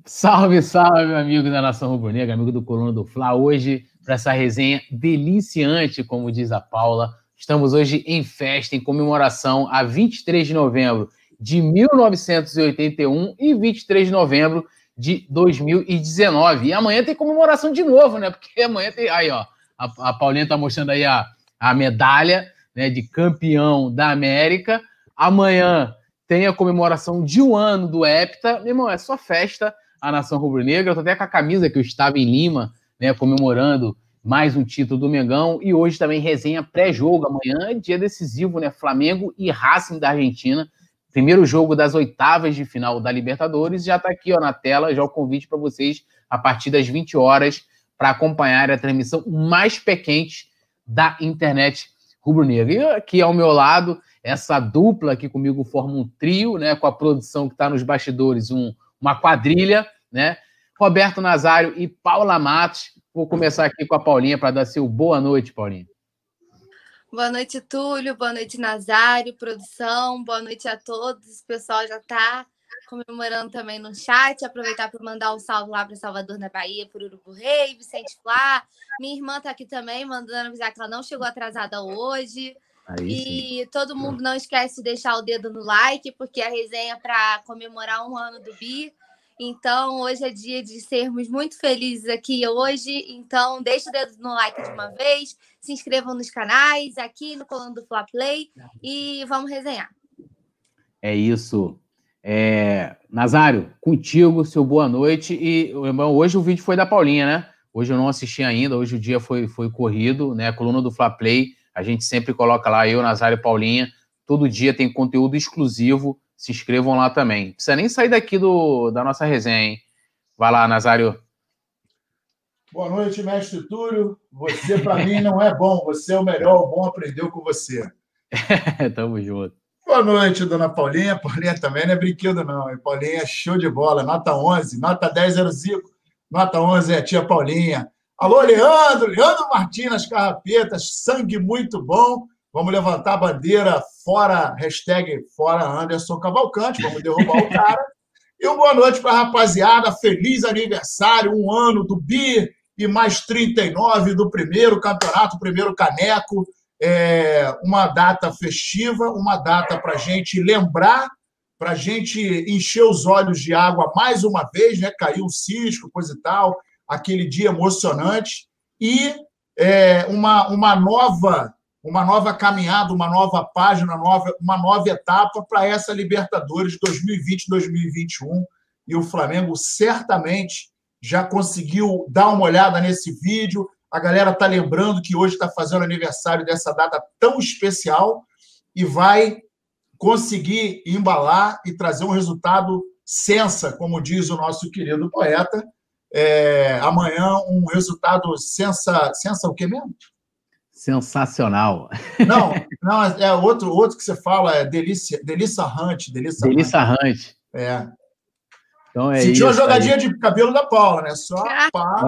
Salve, salve, meu amigo da Nação Rubro-Negra, amigo do Coluna do Fla. Hoje, para essa resenha deliciante, como diz a Paula, estamos hoje em festa, em comemoração a 23 de novembro de 1981 e 23 de novembro de 2019. E amanhã tem comemoração de novo, né? Porque amanhã tem... Aí, ó, a Paulinha tá mostrando aí a medalha, né, de campeão da América. Amanhã tem a comemoração de um ano do Hepta. Meu irmão, é só festa a Nação Rubro-Negra. Eu tô até com a camisa que eu estava em Lima, né, comemorando mais um título do Mengão. E hoje também resenha pré-jogo. Amanhã, dia decisivo, né? Flamengo e Racing da Argentina. Primeiro jogo das oitavas de final da Libertadores. Já tá aqui, ó, na tela, já o convite para vocês a partir das 20 horas para acompanhar a transmissão mais pé quente da internet rubro-negra. E aqui ao meu lado, essa dupla aqui comigo forma um trio, né, com a produção que está nos bastidores, uma quadrilha, né? Roberto Nazário e Paula Matos. Vou começar aqui com a Paulinha para dar seu boa noite, Paulinha. Boa noite, Túlio. Boa noite, Nazário, produção. Boa noite a todos. O pessoal já está comemorando também no chat. Aproveitar para mandar um salve lá para Salvador, na Bahia, por Urubu Rei, Vicente Flá. Minha irmã está aqui também, mandando avisar que ela não chegou atrasada hoje. Aí, e todo mundo não esquece de deixar o dedo no like, porque a resenha é para comemorar um ano do Bi. Então, hoje é dia de sermos muito felizes aqui hoje. Então, deixa o dedo no like de uma vez, se inscrevam nos canais, aqui no Coluna do Fla Play e vamos resenhar. É isso. Nazário, contigo, seu boa noite. E hoje o vídeo foi da Paulinha, né? Hoje eu não assisti ainda, hoje o dia foi corrido, né? A Coluna do Fla Play, a gente sempre coloca lá, eu, Nazário e Paulinha, todo dia tem conteúdo exclusivo. Se inscrevam lá também. Não precisa nem sair daqui da nossa resenha, hein? Vai lá, Nazário. Boa noite, mestre Túlio. Você, para mim, não é bom. Você é o melhor. O bom aprendeu com você. Tamo junto. Boa noite, dona Paulinha. Paulinha também não é brinquedo, não. E Paulinha é show de bola. Nota 11. Nota 10 era o Zico. Nota 11 é a tia Paulinha. Alô, Leandro. Leandro Martins nas carrapetas. Sangue muito bom. Vamos levantar a bandeira fora, hashtag fora Anderson Cavalcante, vamos derrubar o cara. E uma boa noite para a rapaziada, feliz aniversário, um ano do Bi e mais 39 do primeiro campeonato, primeiro caneco. Uma data festiva, uma data para a gente lembrar, para a gente encher os olhos de água mais uma vez, né? Caiu um cisco, coisa e tal, aquele dia emocionante. E uma nova caminhada, uma nova página, uma nova etapa para essa Libertadores 2020-2021. E o Flamengo certamente já conseguiu dar uma olhada nesse vídeo. A galera está lembrando que hoje está fazendo aniversário dessa data tão especial e vai conseguir embalar e trazer um resultado sensa, como diz o nosso querido poeta. Amanhã um resultado sensa o quê mesmo? Sensacional. Não, é outro que você fala, é Delícia Hunt. Delícia Hunt. Então sentiu a jogadinha de cabelo da Paula, né? Só pá.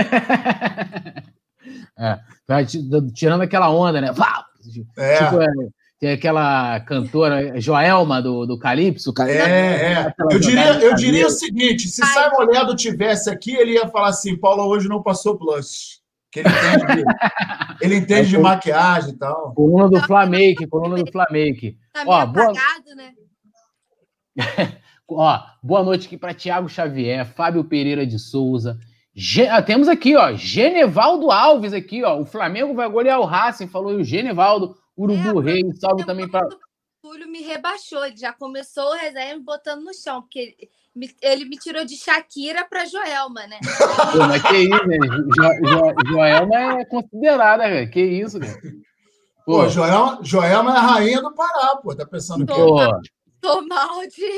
Tirando aquela onda, né? Tipo, tem aquela cantora Joelma do Calypso. Eu diria o seguinte, se Simon Ledo tivesse aqui, ele ia falar assim, Paula hoje não passou blush. Que ele entende de maquiagem e tal. Coluna do Flamake. Tá meio apagado, né? Boa noite aqui para Thiago Xavier, Fábio Pereira de Souza. Temos aqui, ó, Genevaldo Alves aqui, ó. O Flamengo vai golear o Racing, falou o Genevaldo, Urubu Rei. Salve também para... O Túlio me rebaixou, ele já começou o resenha me botando no chão, porque ele me tirou de Shakira para Joelma, né? Pô, mas que isso, né? Joelma é considerada, velho. Que isso, cara. Pô, Joelma é a rainha do Pará, pô. Tá pensando que... Tô mal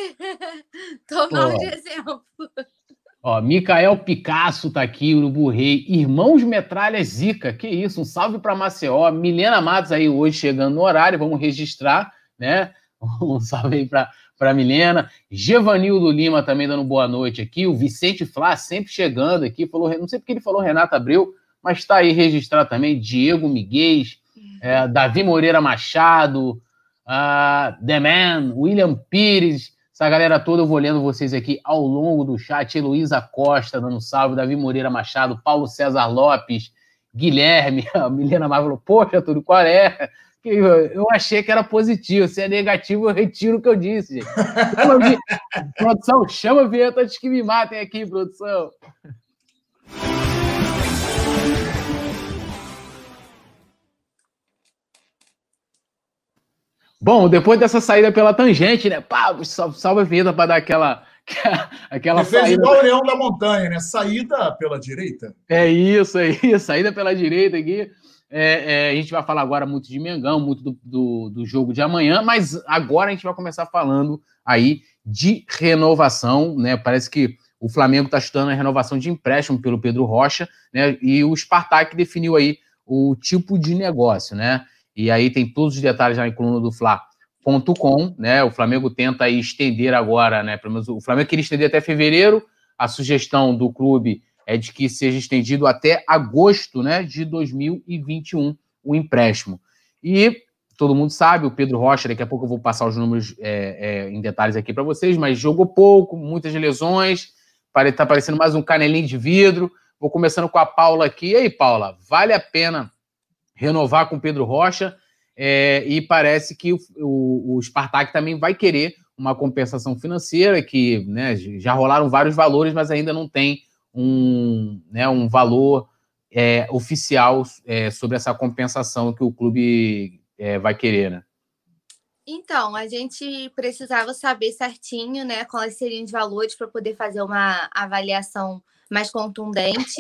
de exemplo. Ó, Micael Picasso tá aqui, Urubu Rei. Irmãos Metralha Zica, que isso, um salve para Maceió. Milena Matos aí hoje chegando no horário, vamos registrar, né? Um salve aí para Milena. Gevanildo Lima também dando boa noite aqui. O Vicente Flá sempre chegando aqui. Não sei porque ele falou Renata Abreu, mas está aí registrado também. Diego Miguel, Davi Moreira Machado, The Man, William Pires. Essa galera toda, eu vou lendo vocês aqui ao longo do chat. Heloísa Costa dando salve, Davi Moreira Machado, Paulo César Lopes, Guilherme, a Milena Mar falou, poxa, tudo, qual é? Eu achei que era positivo. Se é negativo, eu retiro o que eu disse, gente. Produção, chama a vinheta antes que me matem aqui, produção. Bom, depois dessa saída pela tangente, né? Pá, salva a vinheta para dar aquela Você fez saída... igual o Leão da Montanha, né? Saída pela direita. É isso. Saída pela direita aqui. A gente vai falar agora muito de Mengão, muito do jogo de amanhã, mas agora a gente vai começar falando aí de renovação, né? Parece que o Flamengo está estudando a renovação de empréstimo pelo Pedro Rocha, né? E o Spartak definiu aí o tipo de negócio, né? E aí tem todos os detalhes lá em coluna do Fla.com, né? O Flamengo tenta aí estender agora, né? Pelo menos o Flamengo queria estender até fevereiro. A sugestão do clube é de que seja estendido até agosto, né, de 2021 o empréstimo. E todo mundo sabe, o Pedro Rocha, daqui a pouco eu vou passar os números em detalhes aqui para vocês, mas jogou pouco, muitas lesões, tá parecendo mais um canelinho de vidro. Vou começando com a Paula aqui. E aí, Paula, vale a pena renovar com o Pedro Rocha? E parece que o Spartak também vai querer uma compensação financeira, que, né, já rolaram vários valores, mas ainda não tem um valor oficial sobre essa compensação que o clube vai querer, né? Então, a gente precisava saber certinho, né, quais seriam os valores para poder fazer uma avaliação mais contundente.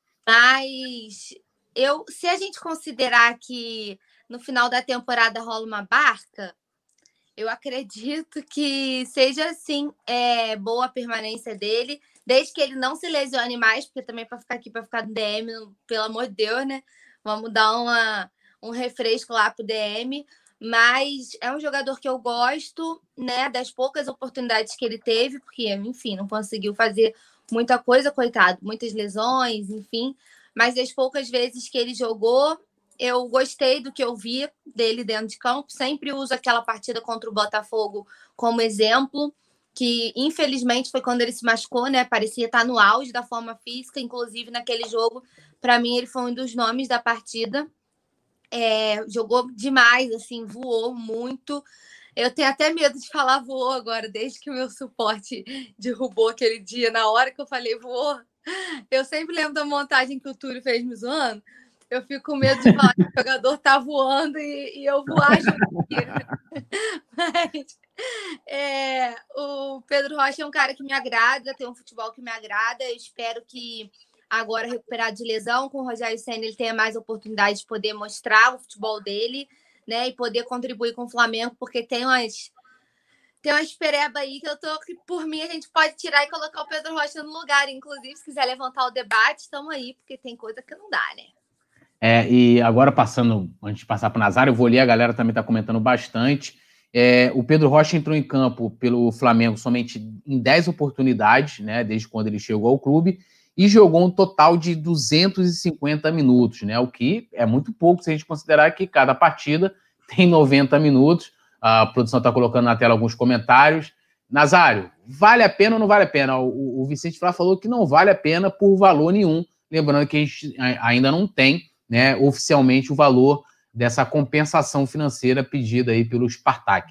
Mas se a gente considerar que no final da temporada rola uma barca, eu acredito que seja, sim, boa a permanência dele, desde que ele não se lesione mais, porque também para ficar no DM, pelo amor de Deus, né? Vamos dar um refresco lá pro DM. Mas é um jogador que eu gosto, né? Das poucas oportunidades que ele teve, porque, enfim, não conseguiu fazer muita coisa, coitado, muitas lesões, enfim. Mas das poucas vezes que ele jogou, eu gostei do que eu vi dele dentro de campo. Sempre uso aquela partida contra o Botafogo como exemplo, que infelizmente foi quando ele se machucou, né? Parecia estar no auge da forma física, inclusive naquele jogo. Para mim, ele foi um dos nomes da partida. Jogou demais, assim, voou muito. Eu tenho até medo de falar voou agora, desde que o meu suporte derrubou aquele dia. Na hora que eu falei voou, eu sempre lembro da montagem que o Túlio fez me zoando. Eu fico com medo de falar que o jogador tá voando e eu voar junto. Mas o Pedro Rocha é um cara que me agrada, tem um futebol que me agrada. Eu espero que agora, recuperado de lesão, com o Rogério Ceni, ele tenha mais oportunidade de poder mostrar o futebol dele, né? E poder contribuir com o Flamengo, porque tem umas pereba aí que por mim, a gente pode tirar e colocar o Pedro Rocha no lugar. Inclusive, se quiser levantar o debate, estamos aí, porque tem coisa que não dá, né? E agora, antes de passar para o Nazário, eu vou ler, a galera também está comentando bastante. O Pedro Rocha entrou em campo pelo Flamengo somente em 10 oportunidades, né, desde quando ele chegou ao clube, e jogou um total de 250 minutos, né, o que é muito pouco se a gente considerar que cada partida tem 90 minutos. A produção está colocando na tela alguns comentários. Nazário, vale a pena ou não vale a pena? O Vicente Flá falou que não vale a pena por valor nenhum, lembrando que a gente ainda não tem, né, oficialmente o valor dessa compensação financeira pedida aí pelo Spartak.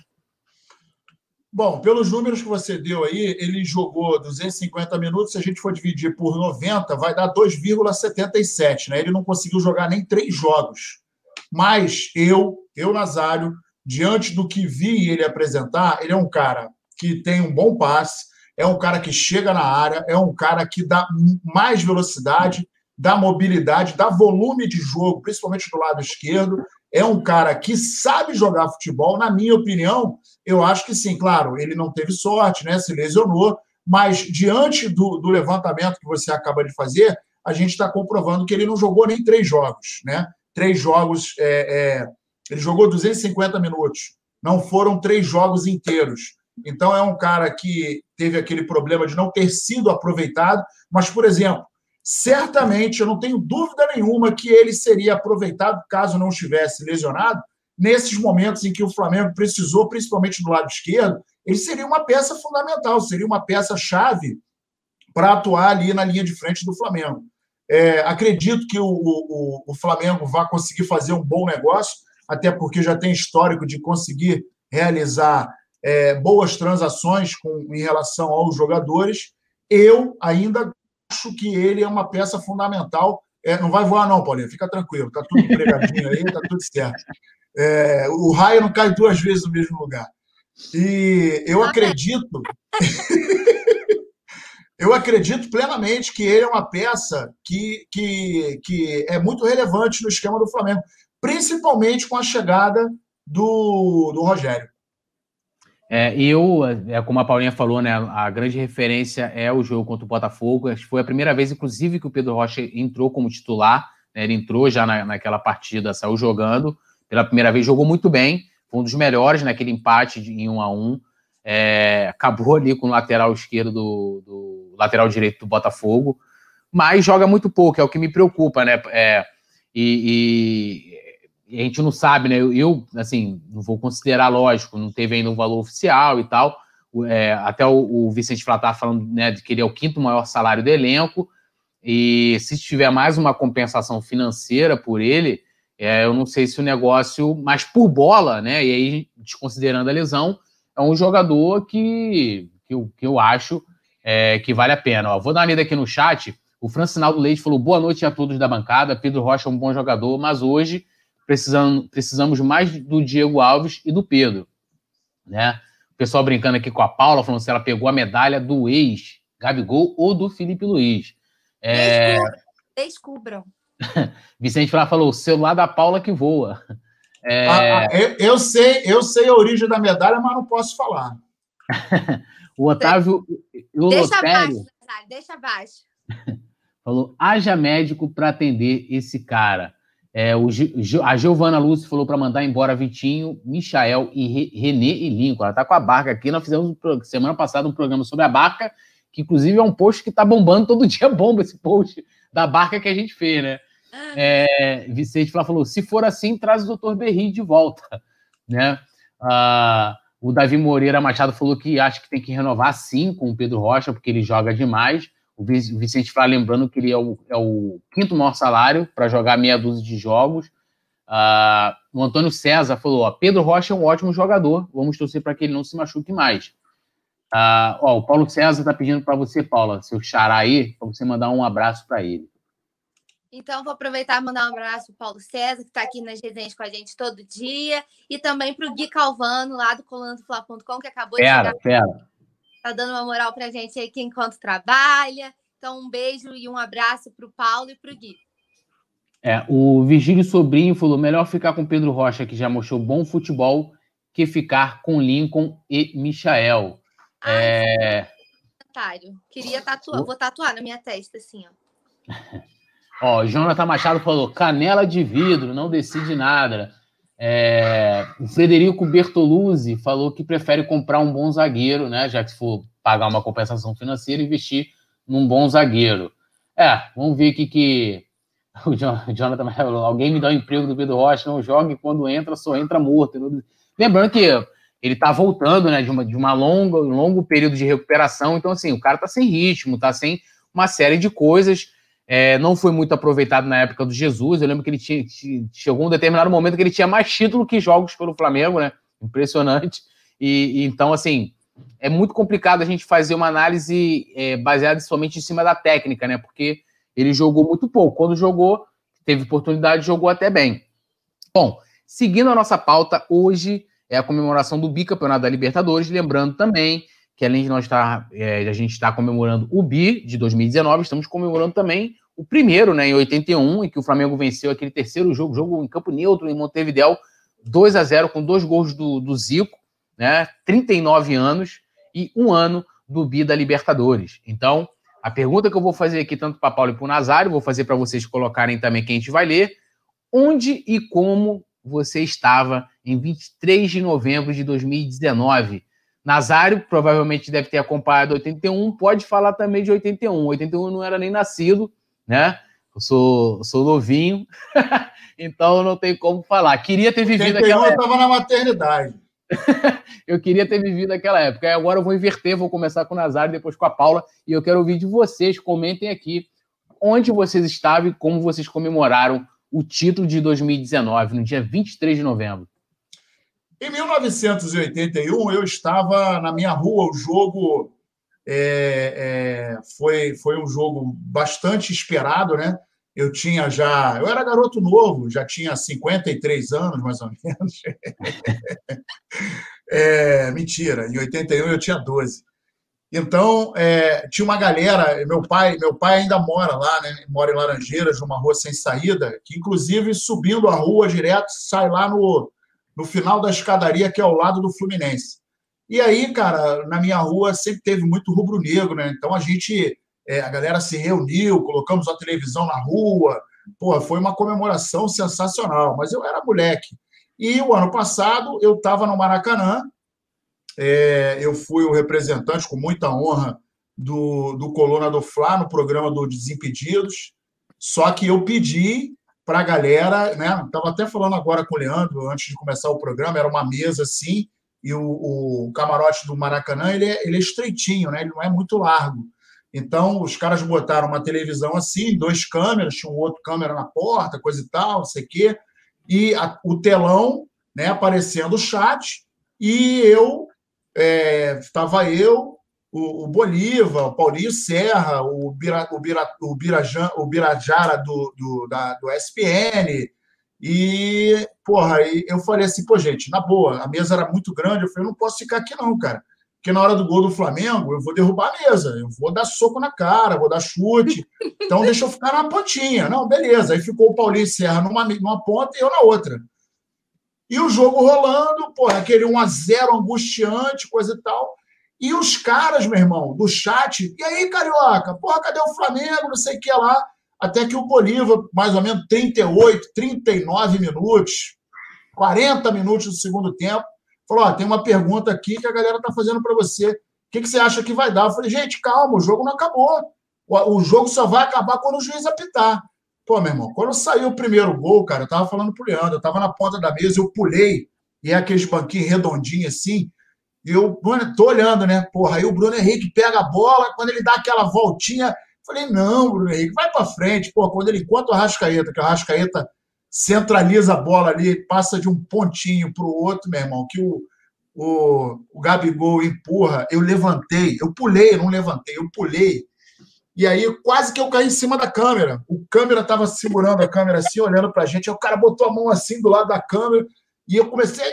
Bom, pelos números que você deu aí, ele jogou 250 minutos, se a gente for dividir por 90, vai dar 2,77, né? Ele não conseguiu jogar nem 3 jogos. Mas eu, Nazário, diante do que vi ele apresentar, ele é um cara que tem um bom passe, é um cara que chega na área, é um cara que dá mais velocidade, dá mobilidade, dá volume de jogo, principalmente do lado esquerdo. É um cara que sabe jogar futebol, na minha opinião. Eu acho que sim, claro, ele não teve sorte, né? Se lesionou, mas diante do levantamento que você acaba de fazer, a gente está comprovando que ele não jogou nem 3 jogos, né? 3 jogos, ele jogou 250 minutos, não foram 3 jogos inteiros. Então é um cara que teve aquele problema de não ter sido aproveitado, mas, por exemplo, certamente, eu não tenho dúvida nenhuma que ele seria aproveitado, caso não estivesse lesionado, nesses momentos em que o Flamengo precisou, principalmente do lado esquerdo, ele seria uma peça fundamental, seria uma peça-chave para atuar ali na linha de frente do Flamengo. Acredito que o Flamengo vai conseguir fazer um bom negócio, até porque já tem histórico de conseguir realizar boas transações em relação aos jogadores. Eu ainda acho que ele é uma peça fundamental. Não vai voar não, Paulinho, fica tranquilo, está tudo empregadinho aí, está tudo certo. O raio não cai 2 vezes no mesmo lugar. E eu acredito... Eu acredito plenamente que ele é uma peça que é muito relevante no esquema do Flamengo, principalmente com a chegada do Rogério. Como a Paulinha falou, né, a grande referência é o jogo contra o Botafogo. Acho que foi a primeira vez, inclusive, que o Pedro Rocha entrou como titular, né, ele entrou já naquela partida, saiu jogando. Pela primeira vez, jogou muito bem, foi um dos melhores naquele empate em 1-1. Acabou ali com o lateral esquerdo do lateral direito do Botafogo, mas joga muito pouco, é o que me preocupa, né? E a gente não sabe, né? Eu assim, não vou considerar, lógico, não teve ainda um valor oficial e tal. Até o Vicente Flá tá falando, né, de que ele é o 5º maior salário do elenco, e se tiver mais uma compensação financeira por ele, eu não sei se o negócio, mas por bola, né? E aí, desconsiderando a lesão, é um jogador que eu acho que vale a pena. Vou dar uma lida aqui no chat. O Francinaldo Leite falou: boa noite a todos da bancada. Pedro Rocha é um bom jogador, mas hoje precisamos mais do Diego Alves e do Pedro. Né? O pessoal brincando aqui com a Paula, falando se ela pegou a medalha do ex Gabigol ou do Felipe Luiz. Descubram. Vicente Flá falou: o celular da Paula que voa. Eu sei a origem da medalha, mas não posso falar. O Otávio... Deixa abaixo. Falou: haja médico para atender esse cara. A Giovana Lúcia falou para mandar embora Vitinho, Michael, Renê e Lincoln. Ela tá com a Barca aqui. Nós fizemos semana passada um programa sobre a Barca, que inclusive é um post que tá bombando todo dia, bomba esse post da Barca que a gente fez, né? Vicente Flá falou: se for assim, traz o Dr. Berri de volta, né? O Davi Moreira Machado falou que acha que tem que renovar sim com o Pedro Rocha, porque ele joga demais. O Vicente Flá lembrando que ele é o 5º maior salário para jogar meia dúzia de jogos. O Antônio César falou: Pedro Rocha é um ótimo jogador, vamos torcer para que ele não se machuque mais. O Paulo César está pedindo para você, Paula, seu xará aí, para você mandar um abraço para ele. Então, vou aproveitar e mandar um abraço para o Paulo César, que está aqui nas resenhas com a gente todo dia, e também para o Gui Calvano, lá do colunadofla.com, que acabou de chegar. Está dando uma moral para a gente aí, que enquanto trabalha. Então, um beijo e um abraço para o Paulo e para o Gui. O Virgílio Sobrinho falou: melhor ficar com Pedro Rocha, que já mostrou bom futebol, que ficar com Lincoln e Michael. Queria tatuar, vou tatuar na minha testa, assim, ó. Jonathan Machado falou: canela de vidro, não decide nada. O Frederico Bertoluzzi falou que prefere comprar um bom zagueiro, né? Já que se for pagar uma compensação financeira, investir num bom zagueiro. Vamos ver aqui que o Jonathan Machado falou: alguém me dá o emprego do Pedro Rocha, não joga e quando entra, só entra morto. Lembrando que ele tá voltando, né, de um longo período de recuperação, então assim, o cara tá sem ritmo, tá sem uma série de coisas. Não foi muito aproveitado na época do Jesus. Eu lembro que ele chegou um determinado momento que ele tinha mais título que jogos pelo Flamengo, né? Impressionante. E então, assim, é muito complicado a gente fazer uma análise baseada somente em cima da técnica, né? Porque ele jogou muito pouco. Quando jogou, teve oportunidade, jogou até bem. Bom, seguindo a nossa pauta, hoje é a comemoração do bicampeonato da Libertadores. Lembrando também que além de a gente estar comemorando o bi de 2019, estamos comemorando também o primeiro, né, em 81, em que o Flamengo venceu aquele terceiro jogo em campo neutro, em Montevidéu, 2-0, com 2 gols do Zico, né, 39 anos e 1 ano do bi da Libertadores. Então, a pergunta que eu vou fazer aqui, tanto para Paulo e para o Nazário, vou fazer para vocês colocarem também quem a gente vai ler: onde e como você estava em 23 de novembro de 2019? Nazário provavelmente deve ter acompanhado 81, pode falar também de 81. 81 eu não era nem nascido, né? Eu sou novinho, então não tem como falar. Queria ter vivido 81 eu estava na maternidade. Eu queria ter vivido aquela época. E agora eu vou inverter, vou começar com o Nazário, depois com a Paula, e eu quero ouvir de vocês. Comentem aqui onde vocês estavam e como vocês comemoraram o título de 2019, no dia 23 de novembro. Em 1981, eu estava na minha rua. O jogo foi um jogo bastante esperado, né? Eu era garoto novo, já tinha 53 anos, mais ou menos. Mentira, em 81 eu tinha 12. Então, tinha uma galera, meu pai ainda mora lá, né? Mora em Laranjeiras, numa rua sem saída, que inclusive subindo a rua direto, sai lá no final da escadaria, que é ao lado do Fluminense. E aí, cara, na minha rua sempre teve muito rubro-negro, né? Então a galera se reuniu, colocamos a televisão na rua. Pô, foi uma comemoração sensacional, mas eu era moleque. E o ano passado eu estava no Maracanã, eu fui o representante, com muita honra, do Coluna do Fla, no programa do Desimpedidos, só que eu pedi para a galera, né? Estava até falando agora com o Leandro, antes de começar o programa, era uma mesa assim, e o camarote do Maracanã ele é estreitinho, né? Ele não é muito largo. Então, os caras botaram uma televisão assim, 2 câmeras, tinha um outro câmera na porta, coisa e tal, não sei o quê, e o telão, né, aparecendo o chat, e estava o Bolívar, o Paulinho Serra, o Birajara do SPN, e, porra, eu falei assim, pô, gente, na boa, a mesa era muito grande, eu falei, eu não posso ficar aqui não, cara, porque na hora do gol do Flamengo, eu vou derrubar a mesa, eu vou dar soco na cara, vou dar chute, então deixa eu ficar na pontinha. Não, beleza, aí ficou o Paulinho Serra numa ponta e eu na outra. E o jogo rolando, porra, aquele 1-0 angustiante, coisa e tal. E os caras, meu irmão, do chat, e aí, Carioca, porra, cadê o Flamengo, não sei o que lá, até que o Bolívar, mais ou menos 38, 39 minutos, 40 minutos do segundo tempo, falou, tem uma pergunta aqui que a galera tá fazendo para você, o que você acha que vai dar? Eu falei, gente, calma, o jogo não acabou, o jogo só vai acabar quando o juiz apitar. Pô, meu irmão, quando saiu o primeiro gol, cara, eu tava falando pro Leandro, eu tava na ponta da mesa, eu pulei, e é aqueles banquinhos redondinhos assim, e eu tô olhando, né? Porra, aí o Bruno Henrique pega a bola, quando ele dá aquela voltinha, falei, não, Bruno Henrique, vai pra frente. Pô, quando ele encontra o Arrascaeta, que o Arrascaeta centraliza a bola ali, passa de um pontinho pro outro, meu irmão, que o Gabigol empurra, eu levantei, eu pulei, não levantei, eu pulei. E aí quase que eu caí em cima da câmera. O câmera estava segurando a câmera assim, olhando pra gente, aí o cara botou a mão assim do lado da câmera, e eu comecei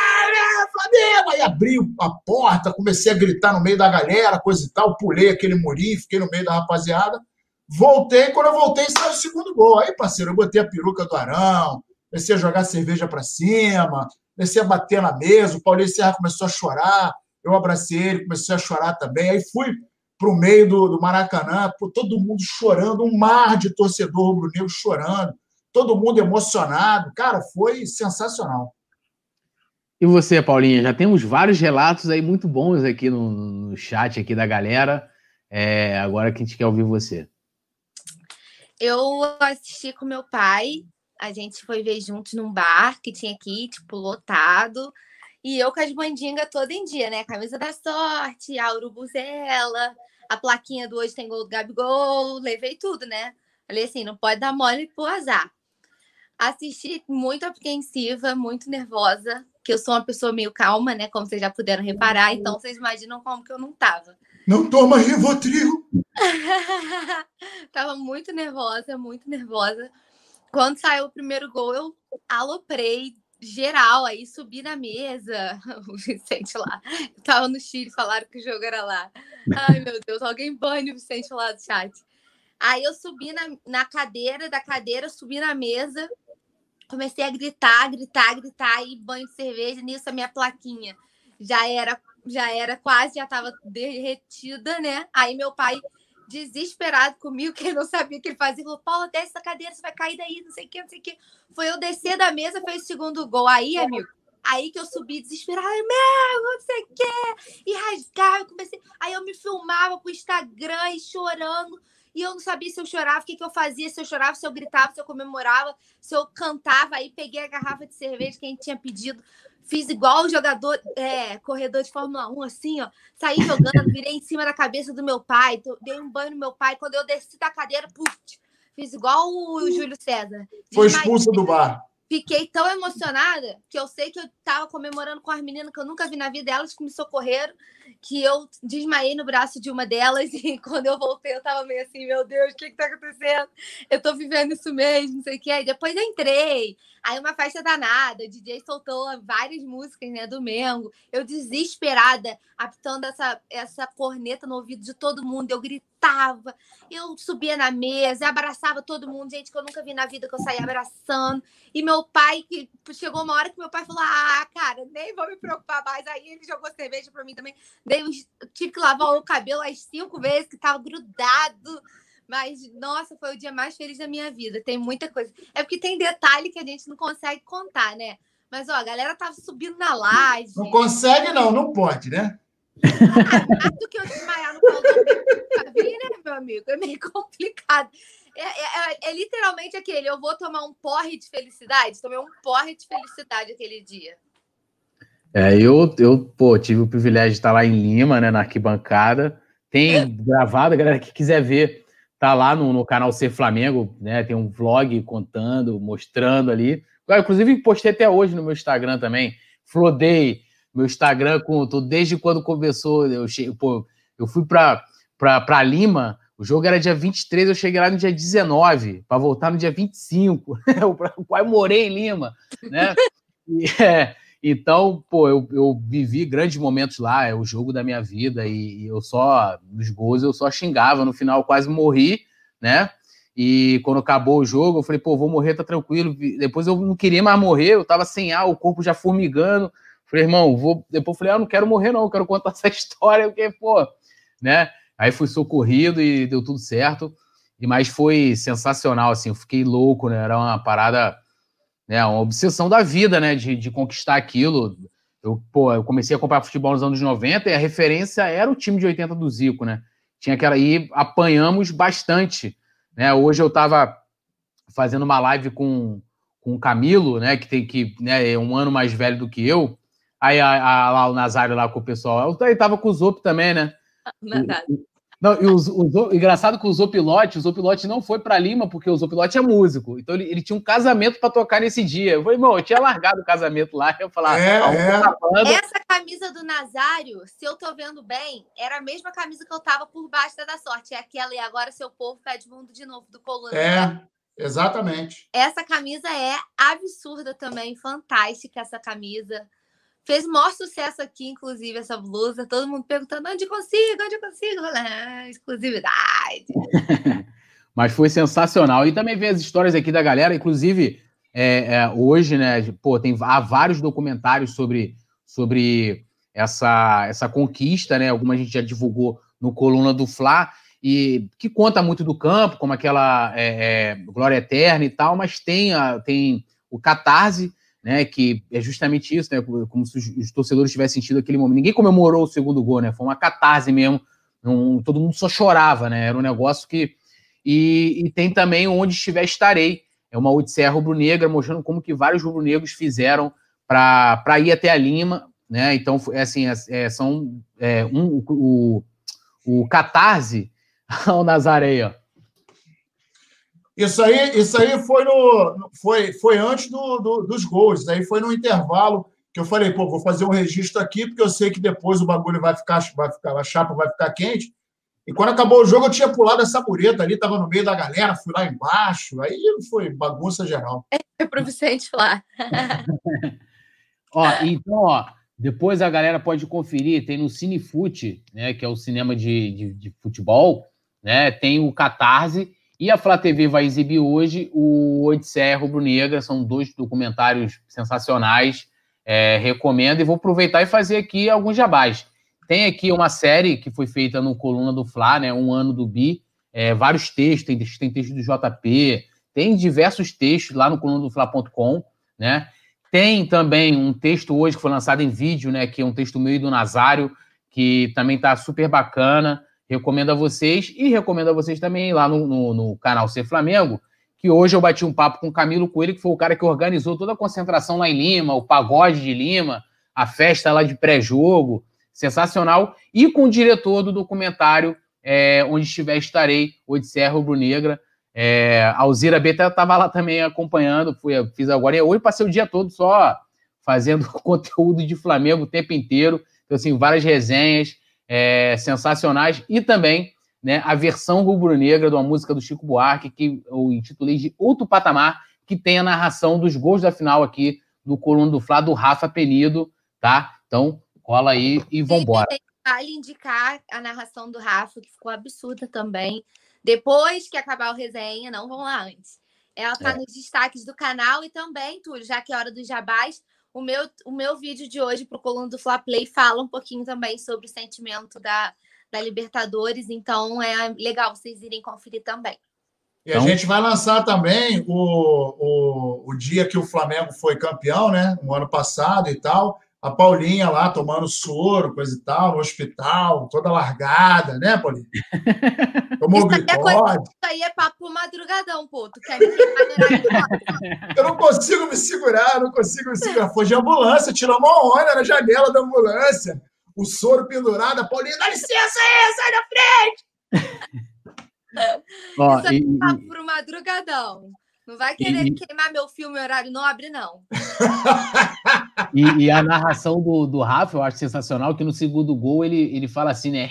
Flamengo! Aí abri a porta, comecei a gritar no meio da galera, coisa e tal, pulei aquele murinho, fiquei no meio da rapaziada, voltei, quando eu voltei, saiu o segundo gol. Aí, parceiro, eu botei a peruca do Arão, comecei a jogar cerveja pra cima, comecei a bater na mesa, o Paulinho Serra começou a chorar, eu abracei ele, comecei a chorar também, aí fui pro meio do Maracanã, todo mundo chorando, um mar de torcedor rubro-negro chorando, todo mundo emocionado, cara, foi sensacional. E você, Paulinha? Já temos vários relatos aí muito bons aqui no chat aqui da galera. Agora que a gente quer ouvir você. Eu assisti com meu pai. A gente foi ver juntos num bar que tinha aqui, tipo, lotado. E eu com as mandingas todo em dia, né? Camisa da sorte, a urubuzela, a plaquinha do Hoje Tem Gol do Gabigol. Levei tudo, né? Falei assim, não pode dar mole pro azar. Assisti muito apreensiva, muito nervosa, que eu sou uma pessoa meio calma, né? Como vocês já puderam reparar, então vocês imaginam como que eu não tava. Não toma Rivotril! Tava muito nervosa, muito nervosa. Quando saiu o primeiro gol, eu aloprei geral, aí subi na mesa. O Vicente lá. Eu tava no Chile, falaram que o jogo era lá. Ai, meu Deus, alguém bane o Vicente lá do chat. Aí eu subi na cadeira, da cadeira, subi na mesa, comecei a gritar, e banho de cerveja. Nisso, a minha plaquinha já era quase, já estava derretida, né? Aí meu pai, desesperado comigo, que ele não sabia o que ele fazia, falou, Paula, desce essa cadeira, você vai cair daí, não sei o que, não sei o que. Foi eu descer da mesa, fez o segundo gol. Aí, amigo, aí que eu subi desesperada, não sei o que, e rasgava, comecei. Aí eu me filmava pro Instagram e chorando. E eu não sabia se eu chorava, o que eu fazia, se eu chorava, se eu gritava, se eu comemorava, se eu cantava. Aí peguei a garrafa de cerveja que a gente tinha pedido, Fiz igual o jogador, corredor de Fórmula 1, assim, ó. Saí jogando, virei em cima da cabeça do meu pai, dei um banho no meu pai. Quando eu desci da cadeira, fiz igual o Júlio César. Foi expulso do bar. Fiquei tão emocionada que eu sei que eu tava comemorando com as meninas que eu nunca vi na vida, elas que me socorreram, que eu desmaiei no braço de uma delas e quando eu voltei eu tava meio assim, meu Deus, o que tá acontecendo? Eu tô vivendo isso mesmo, não sei o que. Aí depois eu entrei, aí uma festa danada, o DJ soltou várias músicas, né, do Mengo, eu desesperada, apitando essa corneta no ouvido de todo mundo, eu gritava, eu subia na mesa, abraçava todo mundo, gente que eu nunca vi na vida, que eu saía abraçando. E meu pai, que chegou uma hora que meu pai falou, cara, nem vou me preocupar mais. Aí ele jogou cerveja pra mim também. Tive que lavar o cabelo as 5 vezes, que tava grudado. Mas, nossa, foi o dia mais feliz da minha vida. Tem muita coisa. É porque tem detalhe que a gente não consegue contar, né? Mas, ó, a galera tava subindo na laje. Não consegue, não pode, né? Mais do que eu desmaiar no colo da minha, né, meu amigo? É meio complicado. É literalmente aquele, eu vou tomar um porre de felicidade. Tomei um porre de felicidade aquele dia. Eu tive o privilégio de estar lá em Lima, né, na arquibancada. Tem gravado, a galera que quiser ver, tá lá no canal Ser Flamengo, né? Tem um vlog contando, mostrando ali. Eu, inclusive, postei até hoje no meu Instagram também. Flodei meu Instagram desde quando começou. Eu fui para Lima. O jogo era dia 23, eu cheguei lá no dia 19, para voltar no dia 25. Eu quase morei em Lima, né? Então, eu vivi grandes momentos lá, é o jogo da minha vida, e nos gols, eu só xingava. No final, eu quase morri, né? E quando acabou o jogo, eu falei, vou morrer, tá tranquilo. Depois eu não queria mais morrer, eu tava sem ar, o corpo já formigando. Falei, irmão, Depois eu falei, não quero morrer não, eu quero contar essa história, porque, né? Aí fui socorrido e deu tudo certo. Mas foi sensacional, assim, eu fiquei louco, né? Era uma parada, né? Uma obsessão da vida, né? De conquistar aquilo. Eu comecei a acompanhar futebol nos anos 90 e a referência era o time de 80 do Zico, né? Tinha aquela... E apanhamos bastante, né? Hoje eu tava fazendo uma live com o Camilo, né? Né, é um ano mais velho do que eu. Aí lá o Nazário lá com o pessoal. Eu tava com o Zop também, né? Não, e engraçado que o Zopilote não foi para Lima, porque o Zopilote é músico. Então ele tinha um casamento para tocar nesse dia. Eu falei, irmão, eu tinha largado o casamento lá. Eu falava, essa camisa do Nazário, se eu tô vendo bem, era a mesma camisa que eu tava por baixo da sorte. É aquela e agora seu povo pede mundo de novo do Coluna. Né? Exatamente. Essa camisa é absurda também, fantástica essa camisa. Fez o maior sucesso aqui, inclusive, essa blusa. Todo mundo perguntando onde eu consigo. Exclusividade. Mas foi sensacional. E também ver as histórias aqui da galera. Inclusive, hoje, né? Há vários documentários sobre essa conquista, né? Alguma a gente já divulgou no Coluna do Fla, e que conta muito do campo, como aquela Glória Eterna e tal, mas tem o Catarse, né, que é justamente isso, né, como se os torcedores tivessem sentido aquele momento. Ninguém comemorou o segundo gol, né, foi uma catarse mesmo, todo mundo só chorava, né, era um negócio que... E tem também Onde Estiver Estarei, é uma odisseia rubro-negra, mostrando como que vários rubro-negros fizeram para ir até a Lima, né, então, o Catarse, o Nazaré, ó. Isso aí foi antes dos gols. Isso aí foi no intervalo que eu falei, vou fazer um registro aqui, porque eu sei que depois o bagulho a chapa vai ficar quente. E quando acabou o jogo, eu tinha pulado essa mureta ali, estava no meio da galera, fui lá embaixo, aí foi bagunça geral. É pro Vicente lá. Então, depois a galera pode conferir, tem no Cinefute, né, que é o cinema de futebol, né, tem o Catarse, e a Flá TV vai exibir hoje o Odisseia Rubro-Negra. São 2 documentários sensacionais. Recomendo, e vou aproveitar e fazer aqui alguns jabás. Tem aqui uma série que foi feita no Coluna do Fla, né, 1 ano do Bi. Vários textos, tem texto do JP, tem diversos textos lá no colunadofla.com, né? Tem também um texto hoje que foi lançado em vídeo, né, que é um texto meu e do Nazário, que também está super bacana. Recomendo a vocês, e recomendo a vocês também lá no canal Ser Flamengo, que hoje eu bati um papo com o Camilo Coelho, que foi o cara que organizou toda a concentração lá em Lima, o pagode de Lima, a festa lá de pré-jogo, sensacional, e com o diretor do documentário Onde Estiver Estarei, Odisseia Rubro-Negra. A Alzira B estava lá também acompanhando, fiz agora, e hoje passei o dia todo só fazendo conteúdo de Flamengo o tempo inteiro, então assim, várias resenhas sensacionais, e também, né, a versão rubro-negra de uma música do Chico Buarque, que eu intitulei de Outro Patamar, que tem a narração dos gols da final aqui do Coluna do Fla, do Rafa Penido, tá? Então, cola aí e vambora. Vale indicar a narração do Rafa, que ficou absurda também. Depois que acabar o resenha, não vão lá antes. Ela tá nos destaques do canal e também, Túlio, já que é hora dos jabás, o meu vídeo de hoje pro Coluna do Fla Play fala um pouquinho também sobre o sentimento da Libertadores, então é legal vocês irem conferir também. E a gente vai lançar também o dia que o Flamengo foi campeão, né? No ano passado e tal. A Paulinha lá tomando soro, coisa e tal, no hospital, toda largada, né, Paulinha? Tomou glicose. Isso aí é papo madrugadão, pô. Tu quer me queimar? Eu não consigo me segurar. Foi de ambulância, tirou uma onda na janela da ambulância. O soro pendurado, a Paulinha, dá licença aí, sai da frente! Isso aí é papo pro madrugadão. Não vai querer queimar meu filme horário nobre, não. E a narração do Rafa, eu acho sensacional, que no segundo gol ele fala assim, né?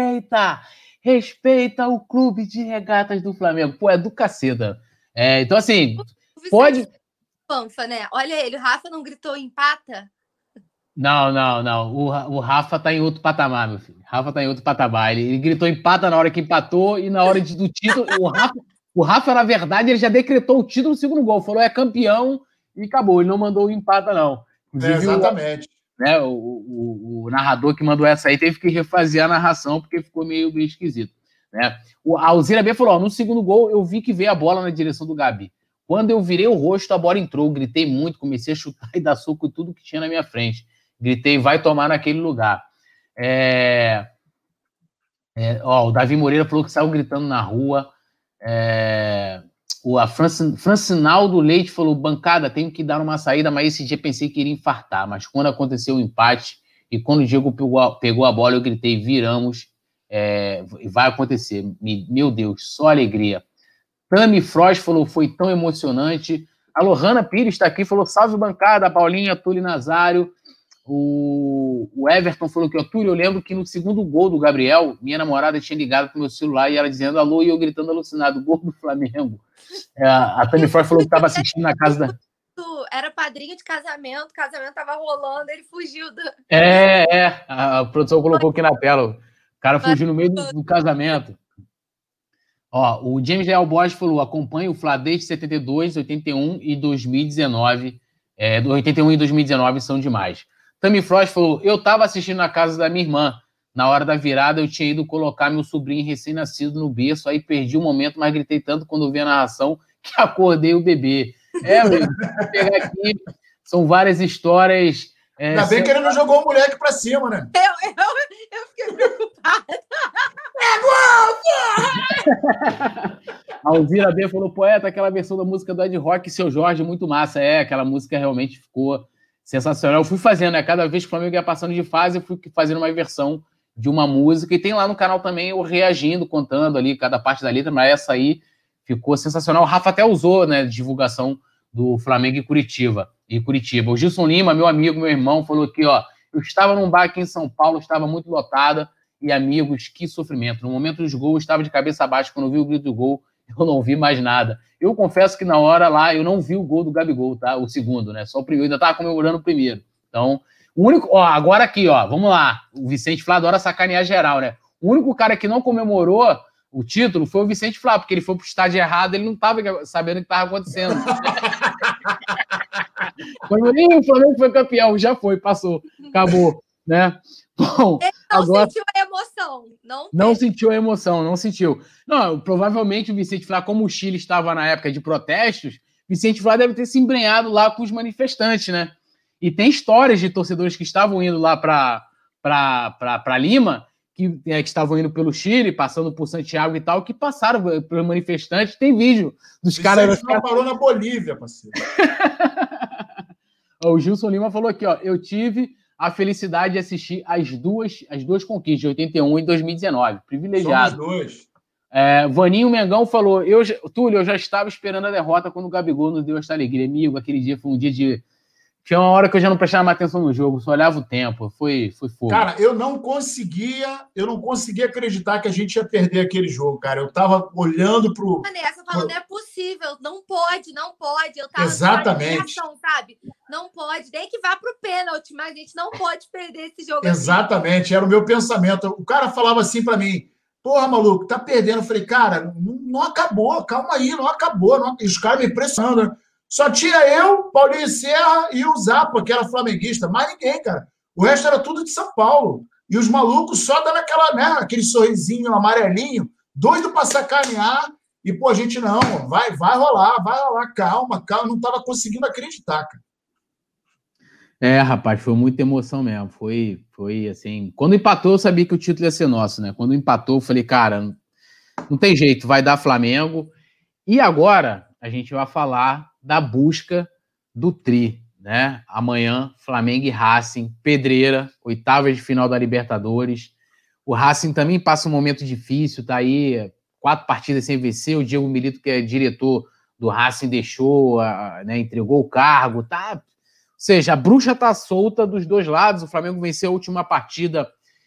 Respeita o clube de regatas do Flamengo. Pô, é do caceta. Então, assim, pode... Panfa, né? Olha ele, o Rafa não gritou empata? Não. O Rafa tá em outro patamar, meu filho. Rafa tá em outro patamar. Ele gritou empata na hora que empatou e na hora do título... O Rafa, na verdade, ele já decretou o título no segundo gol. Falou, é campeão e acabou. Ele não mandou o empata, não. Exatamente. O narrador que mandou essa aí teve que refazer a narração porque ficou meio esquisito. Né? A Alzira B falou, no segundo gol eu vi que veio a bola na direção do Gabi. Quando eu virei o rosto, a bola entrou. Gritei muito, comecei a chutar e dar soco em tudo que tinha na minha frente. Gritei, vai tomar naquele lugar. O Davi Moreira falou que saiu gritando na rua. A Francinaldo Leite falou, bancada, tenho que dar uma saída, mas esse dia pensei que iria infartar, mas quando aconteceu o empate e quando o Diego pegou a bola, eu gritei, viramos, vai acontecer, meu Deus, só alegria. Tami Frost falou, foi tão emocionante. A Lohana Pires está aqui, falou, salve bancada, a Paulinha, Túlio Nazário. O Everton falou que, Túlio, eu lembro que no segundo gol do Gabriel, minha namorada tinha ligado pro meu celular e ela dizendo alô e eu gritando alucinado, gol do Flamengo. A Tami Frost falou que estava assistindo na casa da... Era padrinho de casamento, o casamento tava rolando, ele fugiu do... A produção colocou aqui na tela, o cara fugiu no meio do casamento. O James Leal Borges falou, acompanha o Fla desde 72, 81 e 2019. 81 e 2019 são demais. Tami Frost falou, eu estava assistindo na casa da minha irmã. Na hora da virada, eu tinha ido colocar meu sobrinho recém-nascido no berço, aí perdi o momento, mas gritei tanto quando vi a narração que acordei o bebê. Vou pegar aqui, são várias histórias... Ainda bem que ele não jogou o moleque pra cima, né? Eu fiquei preocupada. A Alzira B falou, poeta, aquela versão da música do Ed Rock, Seu Jorge, muito massa. Aquela música realmente ficou sensacional. Eu fui fazendo, cada vez que o Flamengo ia passando de fase, eu fui fazendo uma versão de uma música, e tem lá no canal também eu reagindo, contando ali cada parte da letra, mas essa aí ficou sensacional. O Rafa até usou, né, divulgação do Flamengo e Curitiba. O Gilson Lima, meu amigo, meu irmão, falou aqui, eu estava num bar aqui em São Paulo, estava muito lotada, e amigos, que sofrimento. No momento dos gols, estava de cabeça baixa, quando eu vi o grito do gol, eu não vi mais nada. Eu confesso que na hora lá, eu não vi o gol do Gabigol, tá? O segundo, né? Só o primeiro, eu ainda estava comemorando o primeiro. Então, o único... agora aqui, vamos lá. O Vicente Flá adora sacanear geral, né? O único cara que não comemorou o título foi o Vicente Flá, porque ele foi pro estádio errado, ele não estava sabendo o que estava acontecendo. O Flamengo foi campeão, já foi, passou, acabou, né? Bom, ele não sentiu a emoção. Não sentiu a emoção, não sentiu. Não, provavelmente o Vicente Flá, como o Chile estava na época de protestos, Vicente Flá deve ter se embrenhado lá com os manifestantes, né? E tem histórias de torcedores que estavam indo lá para Lima, que estavam indo pelo Chile, passando por Santiago e tal, que passaram pelos manifestantes. Tem vídeo dos caras... Não parou na Bolívia, parceiro. O Gilson Lima falou aqui, ó, eu tive a felicidade de assistir as duas conquistas, de 81 e 2019. Privilegiado. Somos dois. Vaninho Mengão falou, Túlio, eu já estava esperando a derrota quando o Gabigol nos deu essa alegria. Amigo, aquele dia foi um dia de... Tinha uma hora que eu já não prestava mais atenção no jogo, só olhava o tempo, foi fogo. Cara, eu não conseguia acreditar que a gente ia perder aquele jogo, cara. Eu tava olhando pro... Vanessa falando, não é possível, não pode. Eu tava Exatamente. Sabe? Não pode, nem que vá pro pênalti, mas a gente não pode perder esse jogo. Exatamente, assim. Era o meu pensamento. O cara falava assim pra mim, porra, maluco, tá perdendo. Eu falei, cara, não acabou, calma aí, não acabou. Não... E os caras me pressionando, né? Só tinha eu, Paulinho Serra e o Zapa, que era flamenguista. Mais ninguém, cara. O resto era tudo de São Paulo. E os malucos só dando aquele sorrisinho amarelinho, doido para sacanear. E, pô, a gente não, vai rolar, calma. Não estava conseguindo acreditar, cara. Rapaz, foi muita emoção mesmo. Foi assim... Quando empatou, eu sabia que o título ia ser nosso, né? Quando empatou, eu falei, cara, não tem jeito, vai dar Flamengo. E agora a gente vai falar da busca do tri, né? Amanhã, Flamengo e Racing, pedreira, oitavas de final da Libertadores. O Racing também passa um momento difícil, tá aí 4 partidas sem vencer. O Diego Milito, que é diretor do Racing, deixou, entregou o cargo, tá? Ou seja, a bruxa tá solta dos dois lados. O Flamengo venceu a última partida,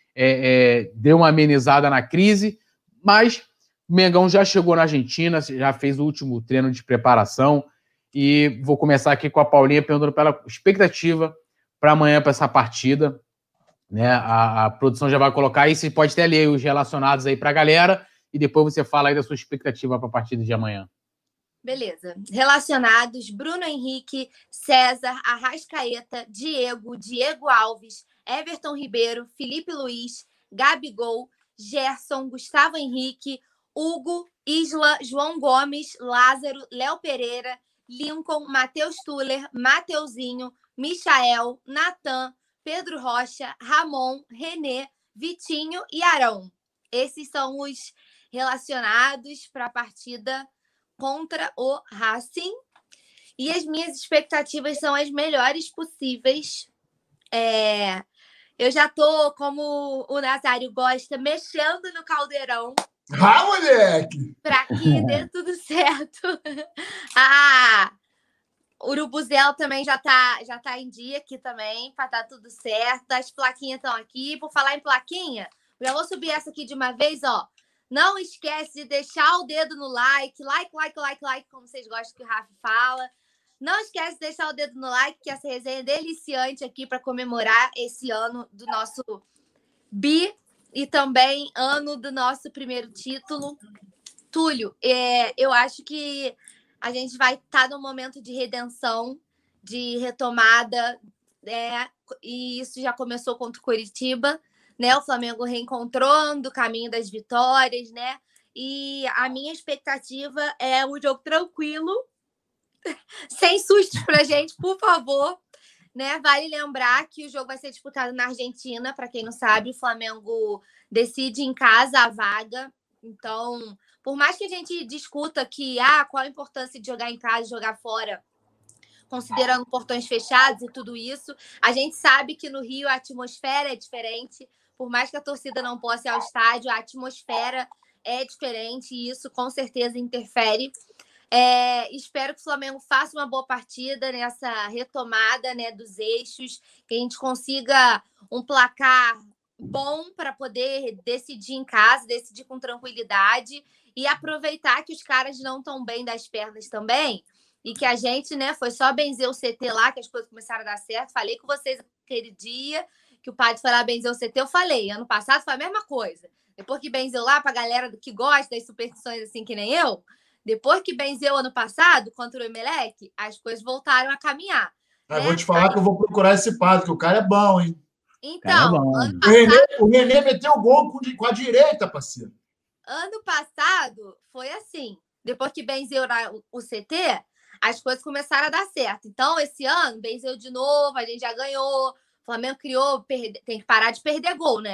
deu uma amenizada na crise, mas o Mengão já chegou na Argentina, já fez o último treino de preparação. E vou começar aqui com a Paulinha perguntando pela expectativa para amanhã, para essa partida. Né? A produção já vai colocar aí, você pode ter ali os relacionados aí para a galera e depois você fala aí da sua expectativa para a partida de amanhã. Beleza. Relacionados, Bruno Henrique, César, Arrascaeta, Diego Alves, Everton Ribeiro, Felipe Luiz, Gabigol, Gerson, Gustavo Henrique, Hugo, Isla, João Gomes, Lázaro, Léo Pereira, Lincoln, Matheus Tuller, Mateuzinho, Michael, Natan, Pedro Rocha, Ramon, René, Vitinho e Arão. Esses são os relacionados para a partida contra o Racing. E as minhas expectativas são as melhores possíveis. Eu já tô, como o Nazário gosta, mexendo no caldeirão. Ah, moleque! Para que dê tudo certo. O Urubuzela também já tá em dia aqui também, para tá tudo certo. As plaquinhas estão aqui. Por falar em plaquinha, já vou subir essa aqui de uma vez, ó. Não esquece de deixar o dedo no like, como vocês gostam que o Rafa fala. Não esquece de deixar o dedo no like, que essa resenha é deliciante aqui para comemorar esse ano do nosso bi e também ano do nosso primeiro título. Túlio, eu acho que a gente vai estar num momento de redenção, de retomada, e isso já começou contra o Coritiba, né? O Flamengo reencontrando o caminho das vitórias, né? E a minha expectativa é um jogo tranquilo, sem sustos pra gente, por favor. Né? Vale lembrar que o jogo vai ser disputado na Argentina, para quem não sabe, o Flamengo decide em casa a vaga. Então, por mais que a gente discuta que qual a importância de jogar em casa e jogar fora, considerando portões fechados e tudo isso, a gente sabe que no Rio a atmosfera é diferente. Por mais que a torcida não possa ir ao estádio, a atmosfera é diferente e isso com certeza interfere. Espero que o Flamengo faça uma boa partida nessa retomada, né, dos eixos, que a gente consiga um placar bom para poder decidir em casa, decidir com tranquilidade e aproveitar que os caras não estão bem das pernas também e que a gente, né, foi só benzer o CT lá, que as coisas começaram a dar certo. Falei com vocês aquele dia que o Padre foi lá benzer o CT, eu falei, ano passado foi a mesma coisa. Depois que benzeu lá, para a galera que gosta das superstições assim que nem eu, depois que benzeu ano passado contra o Emelec, as coisas voltaram a caminhar. Né? Vou te falar que eu vou procurar esse padre, que o cara é bom, hein? Então, ano passado... o René meteu o gol com a direita, parceiro. Ano passado foi assim. Depois que benzeu o CT, as coisas começaram a dar certo. Então, esse ano, benzeu de novo, a gente já ganhou. O Flamengo criou, tem que parar de perder gol, né?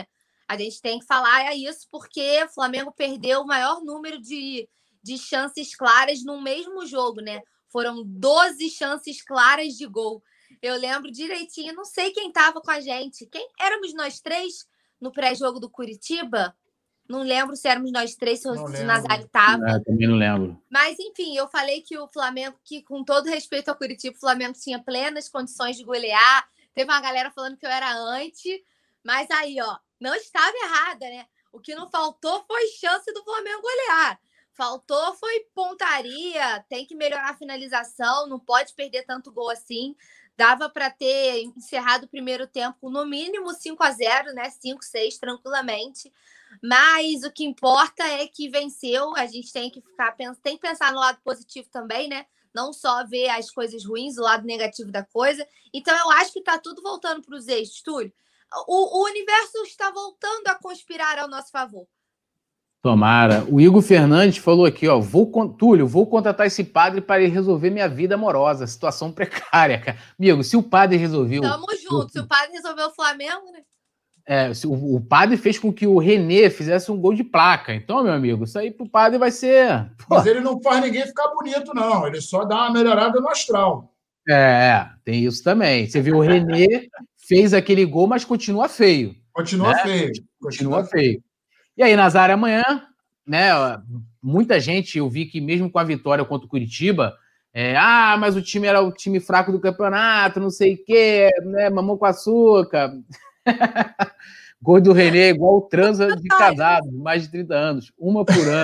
A gente tem que falar isso porque o Flamengo perdeu o maior número de chances claras no mesmo jogo, né? Foram 12 chances claras de gol. Eu lembro direitinho, não sei quem estava com a gente. Éramos nós três no pré-jogo do Curitiba? Não lembro se éramos nós três, se o Nazário estava. Também não lembro. Mas, enfim, eu falei que o Flamengo, que com todo respeito ao Curitiba, o Flamengo tinha plenas condições de golear. Teve uma galera falando que eu era anti. Mas aí, ó, não estava errada, né? O que não faltou foi chance do Flamengo golear. Faltou foi pontaria, tem que melhorar a finalização, não pode perder tanto gol assim. Dava para ter encerrado o primeiro tempo no mínimo 5-0, né? 5-6 tranquilamente. Mas o que importa é que venceu. A gente tem que pensar no lado positivo também, né? Não só ver as coisas ruins, o lado negativo da coisa. Então eu acho que tá tudo voltando para os eixos, Túlio. O universo está voltando a conspirar ao nosso favor. Tomara. O Igor Fernandes falou aqui, ó, Túlio, vou contratar esse padre para ele resolver minha vida amorosa, situação precária, cara. Amigo, se o padre resolveu... Tamo junto, se o padre resolveu o Flamengo, né? O padre fez com que o René fizesse um gol de placa. Então, meu amigo, isso aí pro padre vai ser... Mas ele não faz ninguém ficar bonito, não. Ele só dá uma melhorada no astral. Tem isso também. Você viu, o René fez aquele gol, mas continua feio. Continua feio. E aí, Nazário, amanhã, né? Muita gente, eu vi que mesmo com a vitória contra o Curitiba, mas o time era o time fraco do campeonato, não sei o quê, né? Mamão com açúcar. Gol do René, igual o transa de casado, mais de 30 anos, uma por ano.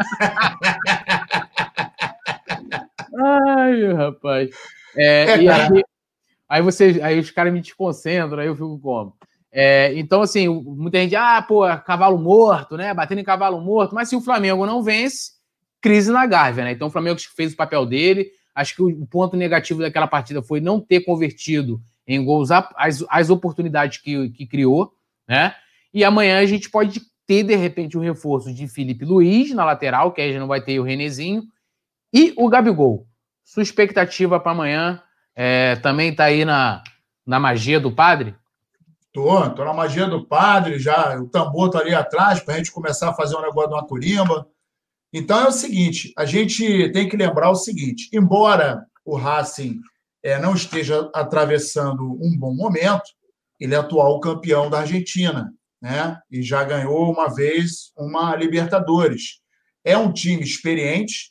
Ai, rapaz. E aí os caras me desconcentram, aí eu fico como? Então, assim, muita gente, cavalo morto, né? Batendo em cavalo morto, mas se o Flamengo não vence, crise na Gávea, né? Então o Flamengo fez o papel dele. Acho que o ponto negativo daquela partida foi não ter convertido em gols as oportunidades que criou, né? E amanhã a gente pode ter, de repente, um reforço de Felipe Luiz na lateral, que aí já não vai ter o Renezinho, e o Gabigol. Sua expectativa para amanhã também tá aí na magia do padre? Tô na magia do padre, já o tambor tá ali atrás para a gente começar a fazer um negócio de uma corimba. Então é o seguinte, a gente tem que lembrar o seguinte, embora o Racing não esteja atravessando um bom momento, ele é atual campeão da Argentina, né? E já ganhou uma vez uma Libertadores. É um time experiente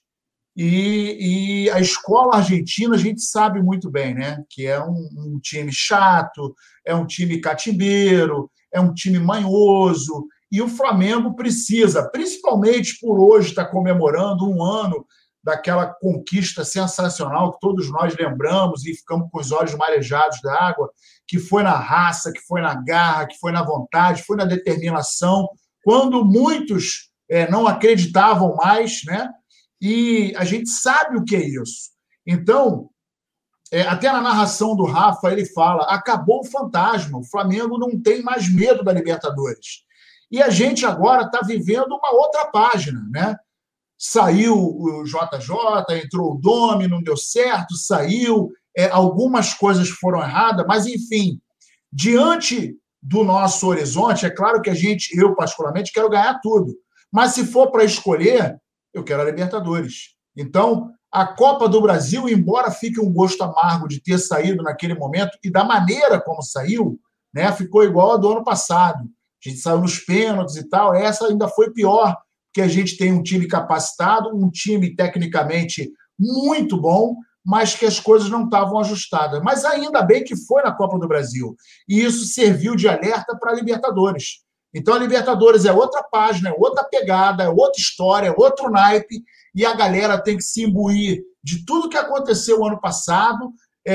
e a escola argentina a gente sabe muito bem, né? Que é um time chato, é um time catimbeiro, é um time manhoso, e o Flamengo precisa, principalmente por hoje estar comemorando um ano daquela conquista sensacional que todos nós lembramos e ficamos com os olhos marejados da água, que foi na raça, que foi na garra, que foi na vontade, foi na determinação, quando muitos não acreditavam mais, né? E a gente sabe o que é isso. Então, até na narração do Rafa, ele fala, acabou o fantasma, o Flamengo não tem mais medo da Libertadores. E a gente agora está vivendo uma outra página, né? Saiu o JJ, entrou o Domi, não deu certo, saiu, algumas coisas foram erradas, mas, enfim, diante do nosso horizonte, é claro que eu particularmente, quero ganhar tudo. Mas se for para escolher, eu quero a Libertadores. Então, a Copa do Brasil, embora fique um gosto amargo de ter saído naquele momento, e da maneira como saiu, né, ficou igual a do ano passado. A gente saiu nos pênaltis e tal, essa ainda foi pior, porque a gente tem um time capacitado, um time tecnicamente muito bom, mas que as coisas não estavam ajustadas. Mas ainda bem que foi na Copa do Brasil. E isso serviu de alerta para a Libertadores. Então, a Libertadores é outra página, é outra pegada, é outra história, é outro naipe, e a galera tem que se imbuir de tudo que aconteceu ano passado,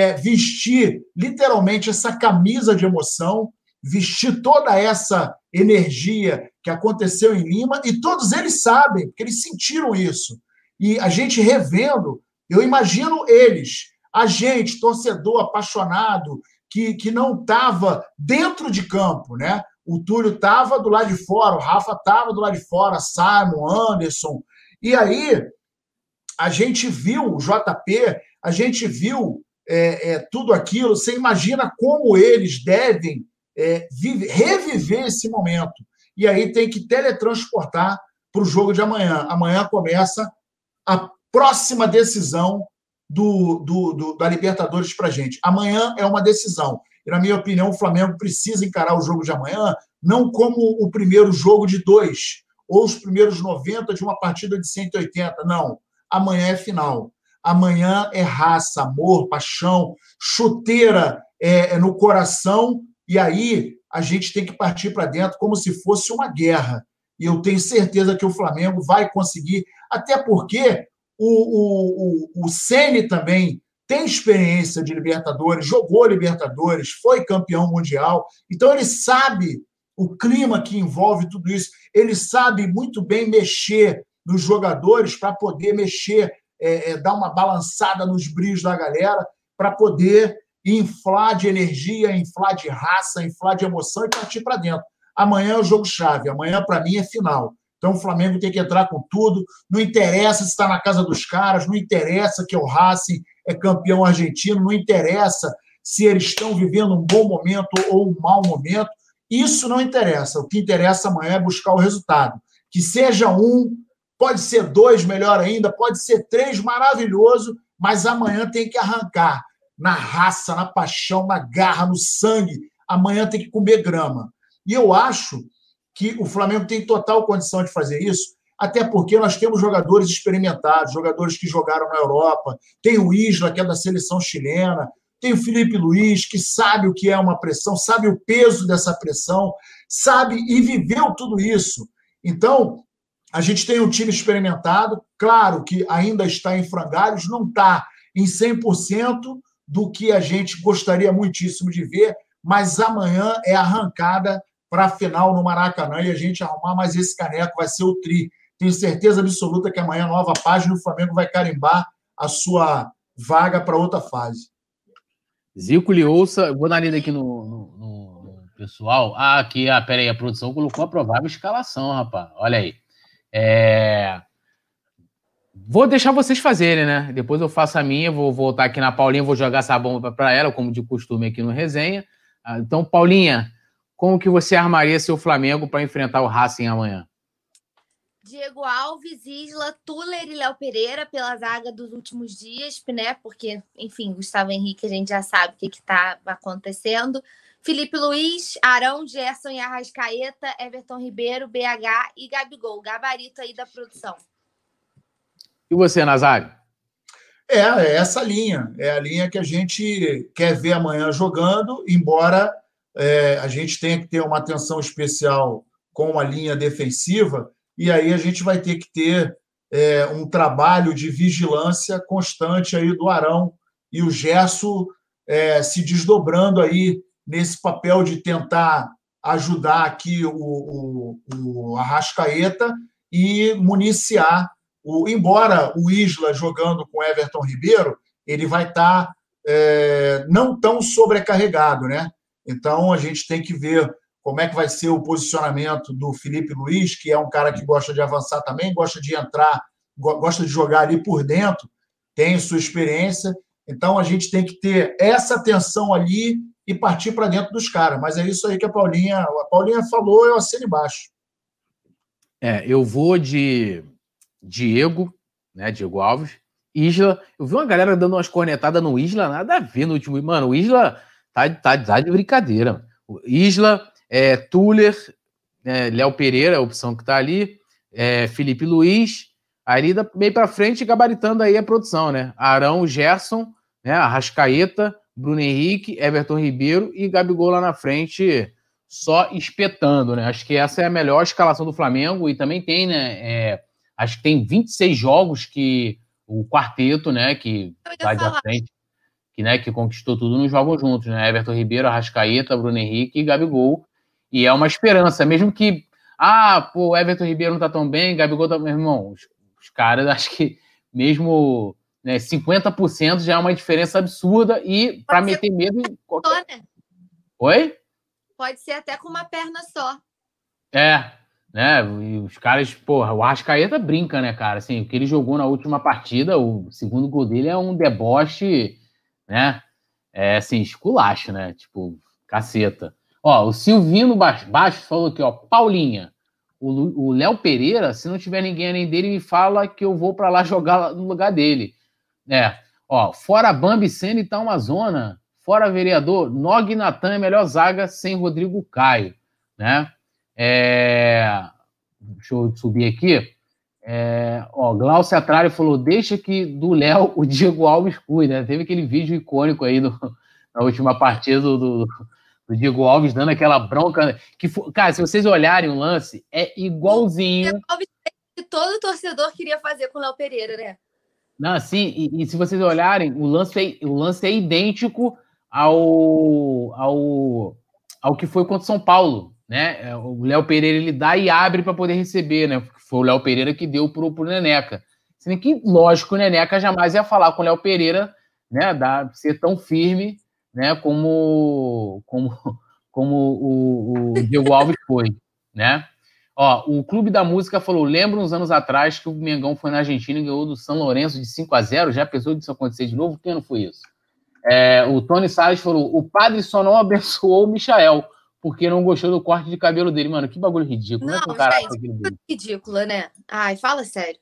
vestir literalmente essa camisa de emoção, vestir toda essa energia que aconteceu em Lima, e todos eles sabem, porque eles sentiram isso. E a gente revendo, eu imagino eles, a gente, torcedor apaixonado, que não estava dentro de campo, né? O Túlio estava do lado de fora, o Rafa estava do lado de fora, Simon, Anderson. E aí, a gente viu o JP, a gente viu tudo aquilo. Você imagina como eles devem reviver esse momento. e aí tem que teletransportar para o jogo de amanhã. Amanhã começa a próxima decisão da Libertadores para a gente. Amanhã é uma decisão. E, na minha opinião, o Flamengo precisa encarar o jogo de amanhã não como o primeiro jogo de 2, ou os primeiros 90 de uma partida de 180. Não. Amanhã é final. Amanhã é raça, amor, paixão, chuteira no coração, e aí a gente tem que partir para dentro como se fosse uma guerra. E eu tenho certeza que o Flamengo vai conseguir, até porque o Ceni também tem experiência de Libertadores, jogou Libertadores, foi campeão mundial, então ele sabe o clima que envolve tudo isso, ele sabe muito bem mexer nos jogadores para poder mexer, dar uma balançada nos brilhos da galera, para poder inflar de energia, inflar de raça, inflar de emoção e partir para dentro. Amanhã é o jogo-chave, amanhã, para mim, é final. Então, o Flamengo tem que entrar com tudo, não interessa se está na casa dos caras, não interessa que o Racing é campeão argentino, não interessa se eles estão vivendo um bom momento ou um mau momento, isso não interessa. O que interessa amanhã é buscar o resultado. Que seja 1, pode ser 2, melhor ainda, pode ser 3, maravilhoso, mas amanhã tem que arrancar na raça, na paixão, na garra, no sangue. Amanhã tem que comer grama. E eu acho que o Flamengo tem total condição de fazer isso, até porque nós temos jogadores experimentados, jogadores que jogaram na Europa, tem o Isla, que é da seleção chilena, tem o Felipe Luiz, que sabe o que é uma pressão, sabe o peso dessa pressão, sabe e viveu tudo isso. Então, a gente tem um time experimentado, claro que ainda está em frangalhos, não está em 100% do que a gente gostaria muitíssimo de ver, mas amanhã é arrancada para a final no Maracanã e a gente arrumar mais esse caneco, vai ser o tri. Tenho certeza absoluta que amanhã, nova página, o Flamengo vai carimbar a sua vaga para outra fase. Zico Liouça, vou dar lida aqui no pessoal. Peraí, a produção colocou a provável escalação, rapaz. Olha aí. Vou deixar vocês fazerem, né? Depois eu faço a minha, vou voltar aqui na Paulinha, vou jogar essa bomba para ela, como de costume aqui no Resenha. Então, Paulinha, como que você armaria seu Flamengo para enfrentar o Racing amanhã? Diego Alves, Isla, Tuller e Léo Pereira pela zaga dos últimos dias, né? Porque, enfim, Gustavo Henrique a gente já sabe o que está acontecendo. Felipe Luiz, Arão, Gerson e Arrascaeta, Everton Ribeiro, BH e Gabigol. Gabarito aí da produção. E você, Nazário? É essa linha. É a linha que a gente quer ver amanhã jogando, embora a gente tenha que ter uma atenção especial com a linha defensiva, e aí a gente vai ter que ter um trabalho de vigilância constante aí do Arão e o Gerson se desdobrando aí nesse papel de tentar ajudar aqui o Arrascaeta e municiar. Embora o Isla jogando com Everton Ribeiro, ele vai estar não tão sobrecarregado, né? Então a gente tem que ver como é que vai ser o posicionamento do Felipe Luiz, que é um cara que gosta de avançar também, gosta de entrar, gosta de jogar ali por dentro, tem sua experiência. Então a gente tem que ter essa atenção ali e partir para dentro dos caras. Mas é isso aí que a Paulinha falou, eu assino embaixo. Eu vou de Diego, né? Diego Alves, Isla. Eu vi uma galera dando umas cornetadas no Isla, nada a ver no último. Mano, o Isla tá de brincadeira. O Isla, Tuller, Léo Pereira, a opção que tá ali, Felipe Luiz, aí meio pra frente, gabaritando aí a produção, né? Arão, Gerson, né? Arrascaeta, Bruno Henrique, Everton Ribeiro e Gabigol lá na frente, só espetando, né? Acho que essa é a melhor escalação do Flamengo e também tem, né? Acho que tem 26 jogos que o quarteto, né, que vai à frente, que conquistou tudo, não jogam juntos, né? Everton Ribeiro, Arrascaeta, Bruno Henrique e Gabigol. E é uma esperança, mesmo que o Everton Ribeiro não tá tão bem, Gabigol tá... Meu irmão, os caras, acho que mesmo 50% já é uma diferença absurda e para meter medo em qualquer... Né? Oi? Pode ser até com uma perna só. Né? E os caras, o Arrascaeta brinca, né, cara? Assim, o que ele jogou na última partida, o segundo gol dele é um deboche, né? Assim, esculacho, né? Tipo, caceta. Ó, o Silvino Baixo falou aqui, ó, Paulinha, o Léo Pereira, se não tiver ninguém além dele, me fala que eu vou para lá jogar no lugar dele. Ó, fora Bambi, Senna e Talmazona, fora vereador, Nog e Natan é melhor zaga sem Rodrigo Caio, né? Deixa eu subir aqui. Glaucio Atrário falou, deixa que do Léo o Diego Alves cuida, né? Teve aquele vídeo icônico aí na última partida do Diego Alves dando aquela bronca. Cara, se vocês olharem o lance, é igualzinho. O Diego Alves que todo torcedor queria fazer com o Léo Pereira, né? Não, sim, e se vocês olharem, o lance é idêntico ao que foi contra o São Paulo, né? O Léo Pereira ele dá e abre para poder receber, né? Foi o Léo Pereira que deu pro Neneca. Sendo que, lógico, o Neneca jamais ia falar com o Léo Pereira, né? Ser tão firme, né? Como o Diego Alves foi, né? Ó, o Clube da Música falou, lembra uns anos atrás que o Mengão foi na Argentina e ganhou do São Lourenço de 5-0, já pensou disso acontecer de novo? Quem não foi isso? O Tony Salles falou, o padre só não abençoou o Michael, porque não gostou do corte de cabelo dele. Mano, que bagulho ridículo. Não, gente, ridícula, né? Ai, fala sério.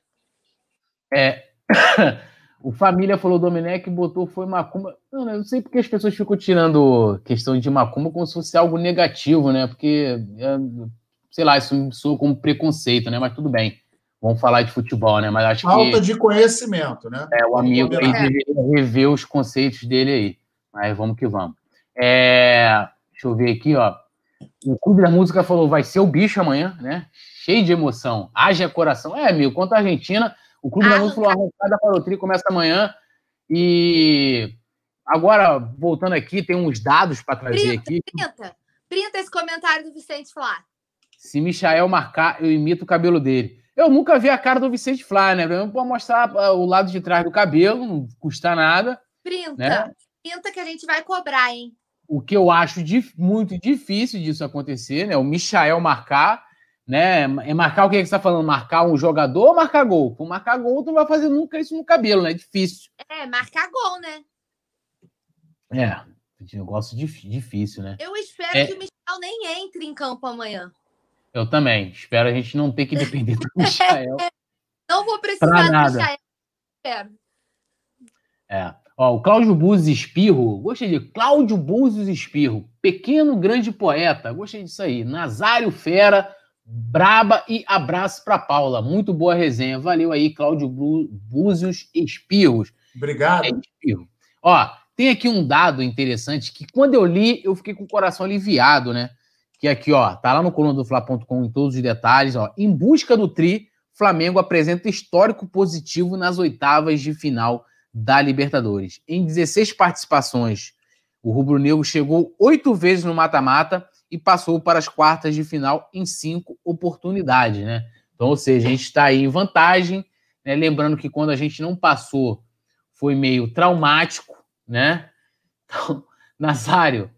O Família falou, Domenech botou foi macumba. Eu não sei porque as pessoas ficam tirando questão de macumba como se fosse algo negativo, né? Porque, sei lá, isso me soa como preconceito, né? Mas tudo bem. Vamos falar de futebol, né? Mas acho falta de conhecimento, né? O amigo aí deveria rever os conceitos dele aí. Mas vamos que vamos. Deixa eu ver aqui, ó. O Clube da Música falou, vai ser o bicho amanhã, né? Cheio de emoção. Haja coração. Amigo, contra a Argentina, o Clube da Música falou, a arrancada para o Tri começa amanhã. E agora, voltando aqui, tem uns dados para trazer aqui. Printa esse comentário do Vicente Flá. Se Michael marcar, eu imito o cabelo dele. Eu nunca vi a cara do Vicente Flá, né? Eu vou mostrar o lado de trás do cabelo, não custa nada. Printa, né? Printa que a gente vai cobrar, hein? O que eu acho muito difícil disso acontecer, né? O Michael marcar, né? Marcar o que você está falando? Marcar um jogador ou marcar gol? Por marcar gol, tu não vai fazer nunca isso no cabelo, né? É difícil. Marcar gol, né? Negócio difícil, né? Eu espero que o Michael nem entre em campo amanhã. Eu também. Espero a gente não ter que depender do Michael. Não vou precisar do Michael. Espero. Ó, o Cláudio Búzios Espirro. Gostei de Cláudio Búzios Espirro. Pequeno, grande poeta. Gostei disso aí. Nazário Fera, braba e abraço para Paula. Muito boa resenha. Valeu aí, Cláudio Búzios Espirros. Obrigado. Espirro. Ó, tem aqui um dado interessante que quando eu li, eu fiquei com o coração aliviado, né? Que aqui, ó, tá lá no colunadofla.com em todos os detalhes, ó. Em busca do Tri, Flamengo apresenta histórico positivo nas oitavas de final da Libertadores. Em 16 participações, o rubro-negro chegou 8 vezes no mata-mata e passou para as quartas de final em 5 oportunidades, né? Então, ou seja, a gente está aí em vantagem, né? Lembrando que quando a gente não passou, foi meio traumático, né? Então, Nazário,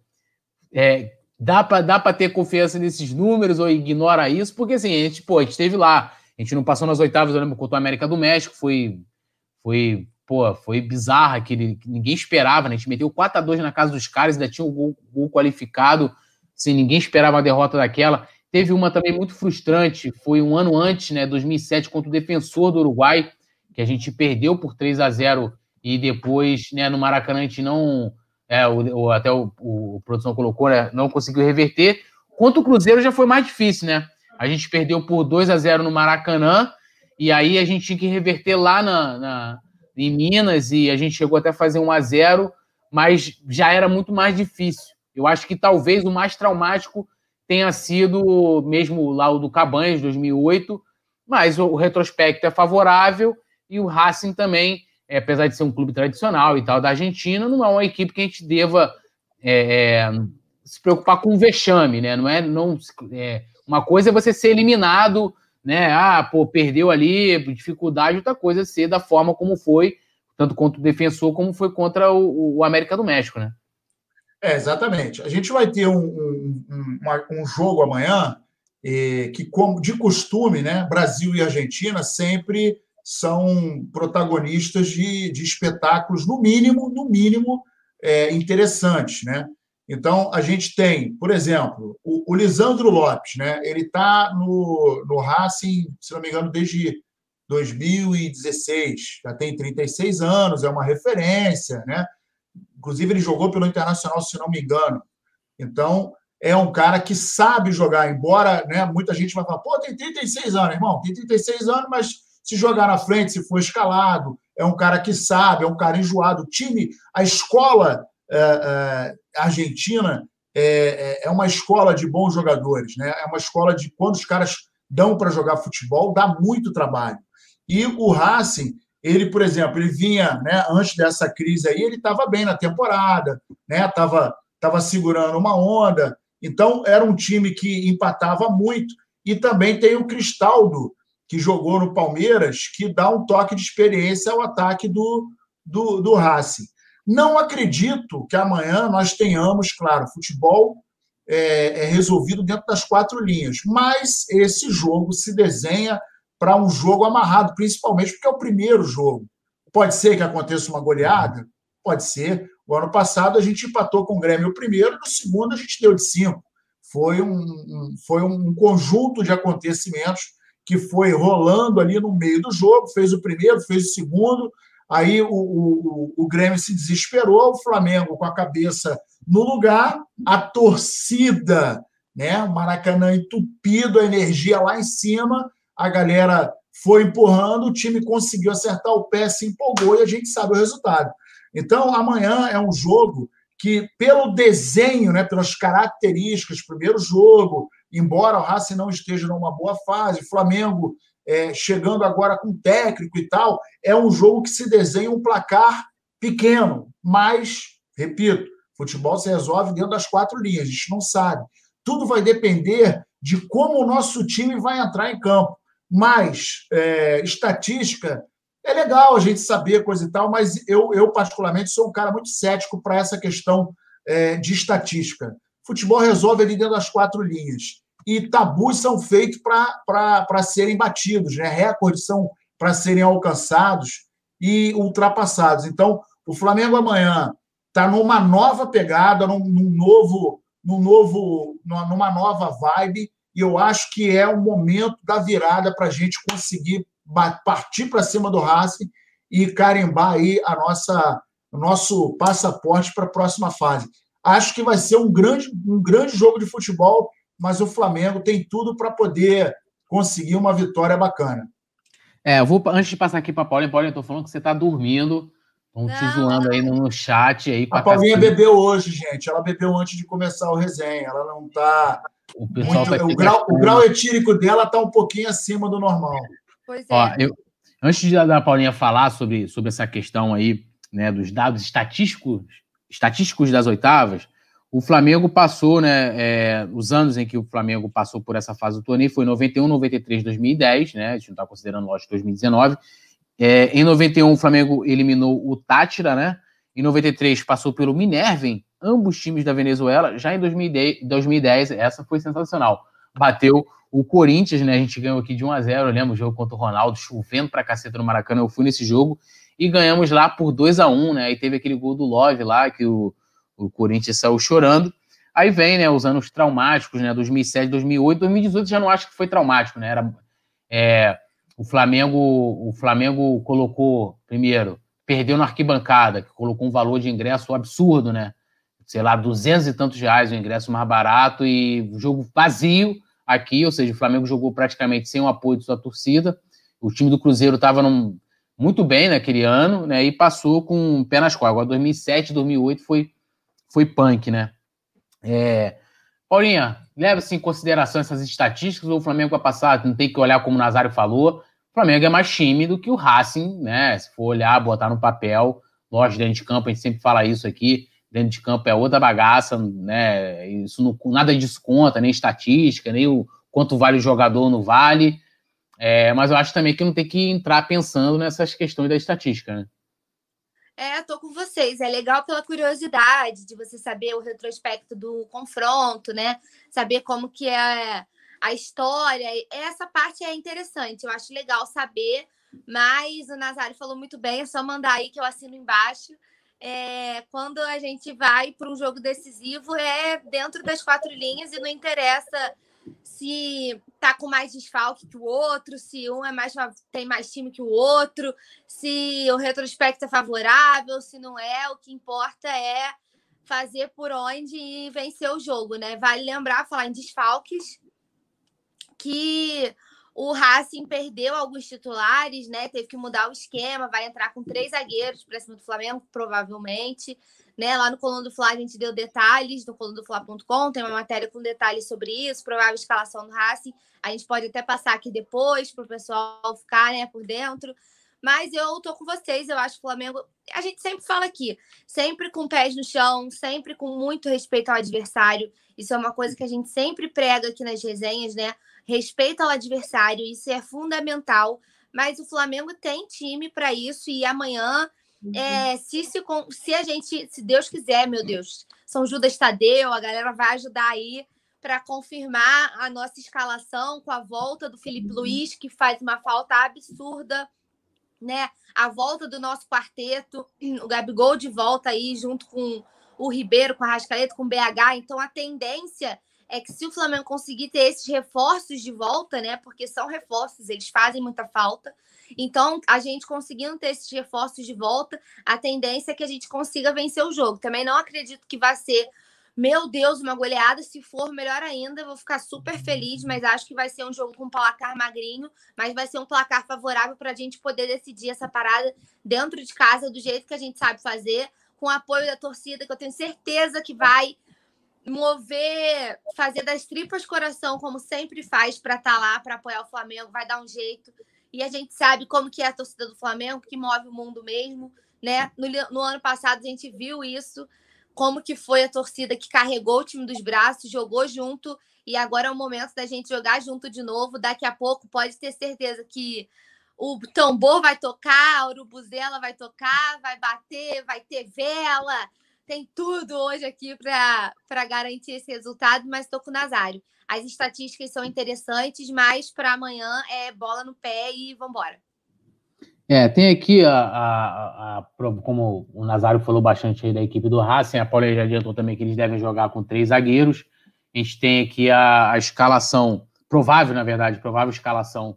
dá para ter confiança nesses números ou ignora isso? Porque, assim, a gente esteve lá. A gente não passou nas oitavas, eu lembro, contra o América do México. Foi bizarra, que ninguém esperava, né? A gente meteu 4-2 na casa dos caras, ainda tinha um gol qualificado. Assim, ninguém esperava a derrota daquela. Teve uma também muito frustrante, foi um ano antes, né? 2007, contra o Defensor do Uruguai, que a gente perdeu por 3-0 e depois, né, no Maracanã, a gente não... até o produção colocou, né? Não conseguiu reverter. Contra o Cruzeiro já foi mais difícil, né? A gente perdeu por 2-0 no Maracanã e aí a gente tinha que reverter lá em Minas e a gente chegou até a fazer 1-0, mas já era muito mais difícil. Eu acho que talvez o mais traumático tenha sido mesmo lá o do Cabanhas, 2008, mas o retrospecto é favorável e o Racing também, apesar de ser um clube tradicional e tal da Argentina, não é uma equipe que a gente deva se preocupar com o vexame, né? Uma coisa é você ser eliminado, né? Perdeu ali, dificuldade, outra coisa é ser da forma como foi, tanto contra o Defensor como foi contra o América do México, né? Exatamente. A gente vai ter um jogo amanhã que, como de costume, né? Brasil e Argentina sempre são protagonistas de espetáculos, no mínimo, interessantes, né? Então, a gente tem, por exemplo, o Lisandro Lopes, né? Ele está no Racing, se não me engano, desde 2016, já tem 36 anos, é uma referência, né? Inclusive, ele jogou pelo Internacional, se não me engano. Então, é um cara que sabe jogar, embora, né, muita gente vai falar, pô, tem 36 anos, irmão, tem 36 anos, mas se jogar na frente, se for escalado, é um cara que sabe, é um cara enjoado. O time, a escola argentina é uma escola de bons jogadores, né? É uma escola de quando os caras dão para jogar futebol, dá muito trabalho. E o Racing, ele, por exemplo, ele vinha, né, antes dessa crise aí, ele estava bem na temporada, né? Estava segurando uma onda. Então, era um time que empatava muito. E também tem o Cristaldo, que jogou no Palmeiras, que dá um toque de experiência ao ataque do Racing. Não acredito que amanhã nós tenhamos, claro, futebol resolvido dentro das 4 linhas, mas esse jogo se desenha para um jogo amarrado, principalmente porque é o primeiro jogo. Pode ser que aconteça uma goleada? Pode ser. O ano passado a gente empatou com o Grêmio o primeiro, no segundo a gente deu de 5. Foi um conjunto de acontecimentos que foi rolando ali no meio do jogo, fez o primeiro, fez o segundo, aí o Grêmio se desesperou, o Flamengo com a cabeça no lugar, a torcida, né, o Maracanã entupido, a energia lá em cima, a galera foi empurrando, o time conseguiu acertar o pé, se empolgou e a gente sabe o resultado. Então, amanhã é um jogo que, pelo desenho, né, pelas características, primeiro jogo, embora o Racing não esteja numa boa fase, Flamengo chegando agora com técnico e tal, é um jogo que se desenha um placar pequeno, mas, repito, futebol se resolve dentro das 4 linhas, a gente não sabe. Tudo vai depender de como o nosso time vai entrar em campo. Mas, estatística, é legal a gente saber coisa e tal, mas eu particularmente, sou um cara muito cético para essa questão de estatística. Futebol resolve ali dentro das 4 linhas. E tabus são feitos para serem batidos, né? Recordes são para serem alcançados e ultrapassados. Então, o Flamengo amanhã está numa nova pegada, numa nova vibe, e eu acho que é o momento da virada para a gente conseguir partir para cima do Racing e carimbar aí o nosso passaporte para a próxima fase. Acho que vai ser um grande jogo de futebol, mas o Flamengo tem tudo para poder conseguir uma vitória bacana. Eu vou, antes de passar aqui para a Paulinha, eu tô falando que você está dormindo, estão te zoando aí no chat. Aí a Paulinha bebeu hoje, gente, ela bebeu antes de começar o resenha, ela não está... O grau etílico dela está um pouquinho acima do normal. Pois é. Antes da Paulinha falar sobre essa questão aí, né, dos dados estatísticos das oitavas, o Flamengo passou, né, os anos em que o Flamengo passou por essa fase do torneio foi 91, 93, 2010, né, a gente não está considerando, lógico, 2019. Em 91, o Flamengo eliminou o Táchira, né, em 93 passou pelo Minervem, ambos times da Venezuela. Já em 2010, essa foi sensacional, bateu o Corinthians, né, a gente ganhou aqui de 1-0, eu lembro o jogo contra o Ronaldo, chovendo pra caceta no Maracanã, eu fui nesse jogo, e ganhamos lá por 2-1, né, e teve aquele gol do Love lá, que o Corinthians saiu chorando. Aí vem, né, os anos traumáticos, né, 2007, 2008, 2018 já não acho que foi traumático, né, o Flamengo colocou, primeiro, perdeu na arquibancada, que colocou um valor de ingresso absurdo, né, sei lá, 200 e tantos reais o ingresso mais barato, e jogo vazio aqui, ou seja, o Flamengo jogou praticamente sem o apoio de sua torcida, o time do Cruzeiro estava muito bem naquele ano, né, e passou com o pé nas costas. Agora 2007, 2008 foi punk, né? Paulinha, leva-se em consideração essas estatísticas ou o Flamengo vai passar, não tem que olhar como o Nazário falou, o Flamengo é mais time do que o Racing, né? Se for olhar, botar no papel, lógico, dentro de campo, a gente sempre fala isso aqui, dentro de campo é outra bagaça, né? Isso não, nada disso conta, nem estatística, nem o quanto vale o jogador no vale, mas eu acho também que não tem que entrar pensando nessas questões da estatística, né? Tô com vocês. É legal pela curiosidade de você saber o retrospecto do confronto, né? Saber como que é a história. Essa parte é interessante. Eu acho legal saber, mas o Nazário falou muito bem. É só mandar aí que eu assino embaixo. quando a gente vai para um jogo decisivo, é dentro das 4 linhas e não interessa se tá com mais desfalque que o outro, se um tem mais time que o outro, se o retrospecto é favorável, se não é. O que importa é fazer por onde e vencer o jogo, né? Vale lembrar, falar em desfalques, que o Racing perdeu alguns titulares, né? Teve que mudar o esquema, vai entrar com 3 zagueiros para cima do Flamengo, provavelmente. Né? Lá no Coluna do Fla a gente deu detalhes, no colunadofla.com, tem uma matéria com detalhes sobre isso, provável escalação do Racing. A gente pode até passar aqui depois para o pessoal ficar, né, por dentro. Mas eu tô com vocês, eu acho que o Flamengo... A gente sempre fala aqui, sempre com pés no chão, sempre com muito respeito ao adversário. Isso é uma coisa que a gente sempre prega aqui nas resenhas, né? Respeito ao adversário, isso é fundamental. Mas o Flamengo tem time para isso e amanhã... se a gente, se Deus quiser, meu Deus, São Judas Tadeu, a galera vai ajudar aí para confirmar a nossa escalação com a volta do Felipe Luiz, que faz uma falta absurda, né? A volta do nosso quarteto, o Gabigol de volta aí junto com o Ribeiro, com a Arrascaeta, com o BH. Então a tendência é que se o Flamengo conseguir ter esses reforços de volta, né? Porque são reforços, eles fazem muita falta. Então, a gente conseguindo ter esses reforços de volta, a tendência é que a gente consiga vencer o jogo. Também não acredito que vai ser, meu Deus, uma goleada. Se for, melhor ainda, eu vou ficar super feliz, mas acho que vai ser um jogo com placar magrinho, mas vai ser um placar favorável para a gente poder decidir essa parada dentro de casa, do jeito que a gente sabe fazer, com o apoio da torcida, que eu tenho certeza que vai mover, fazer das tripas coração, como sempre faz, para estar lá, para apoiar o Flamengo, vai dar um jeito. E a gente sabe como que é a torcida do Flamengo, que move o mundo mesmo, né? No ano passado a gente viu isso, como que foi a torcida que carregou o time dos braços, jogou junto, e agora é o momento da gente jogar junto de novo. Daqui a pouco pode ter certeza que o tambor vai tocar, a urubuzela vai tocar, vai bater, vai ter vela, tem tudo hoje aqui para garantir esse resultado, mas estou com o Nazário. As estatísticas são interessantes, mas para amanhã é bola no pé e vambora. Tem aqui, como o Nazário falou bastante aí da equipe do Racing, a Paula já adiantou também que eles devem jogar com 3 zagueiros. A gente tem aqui a escalação, provável escalação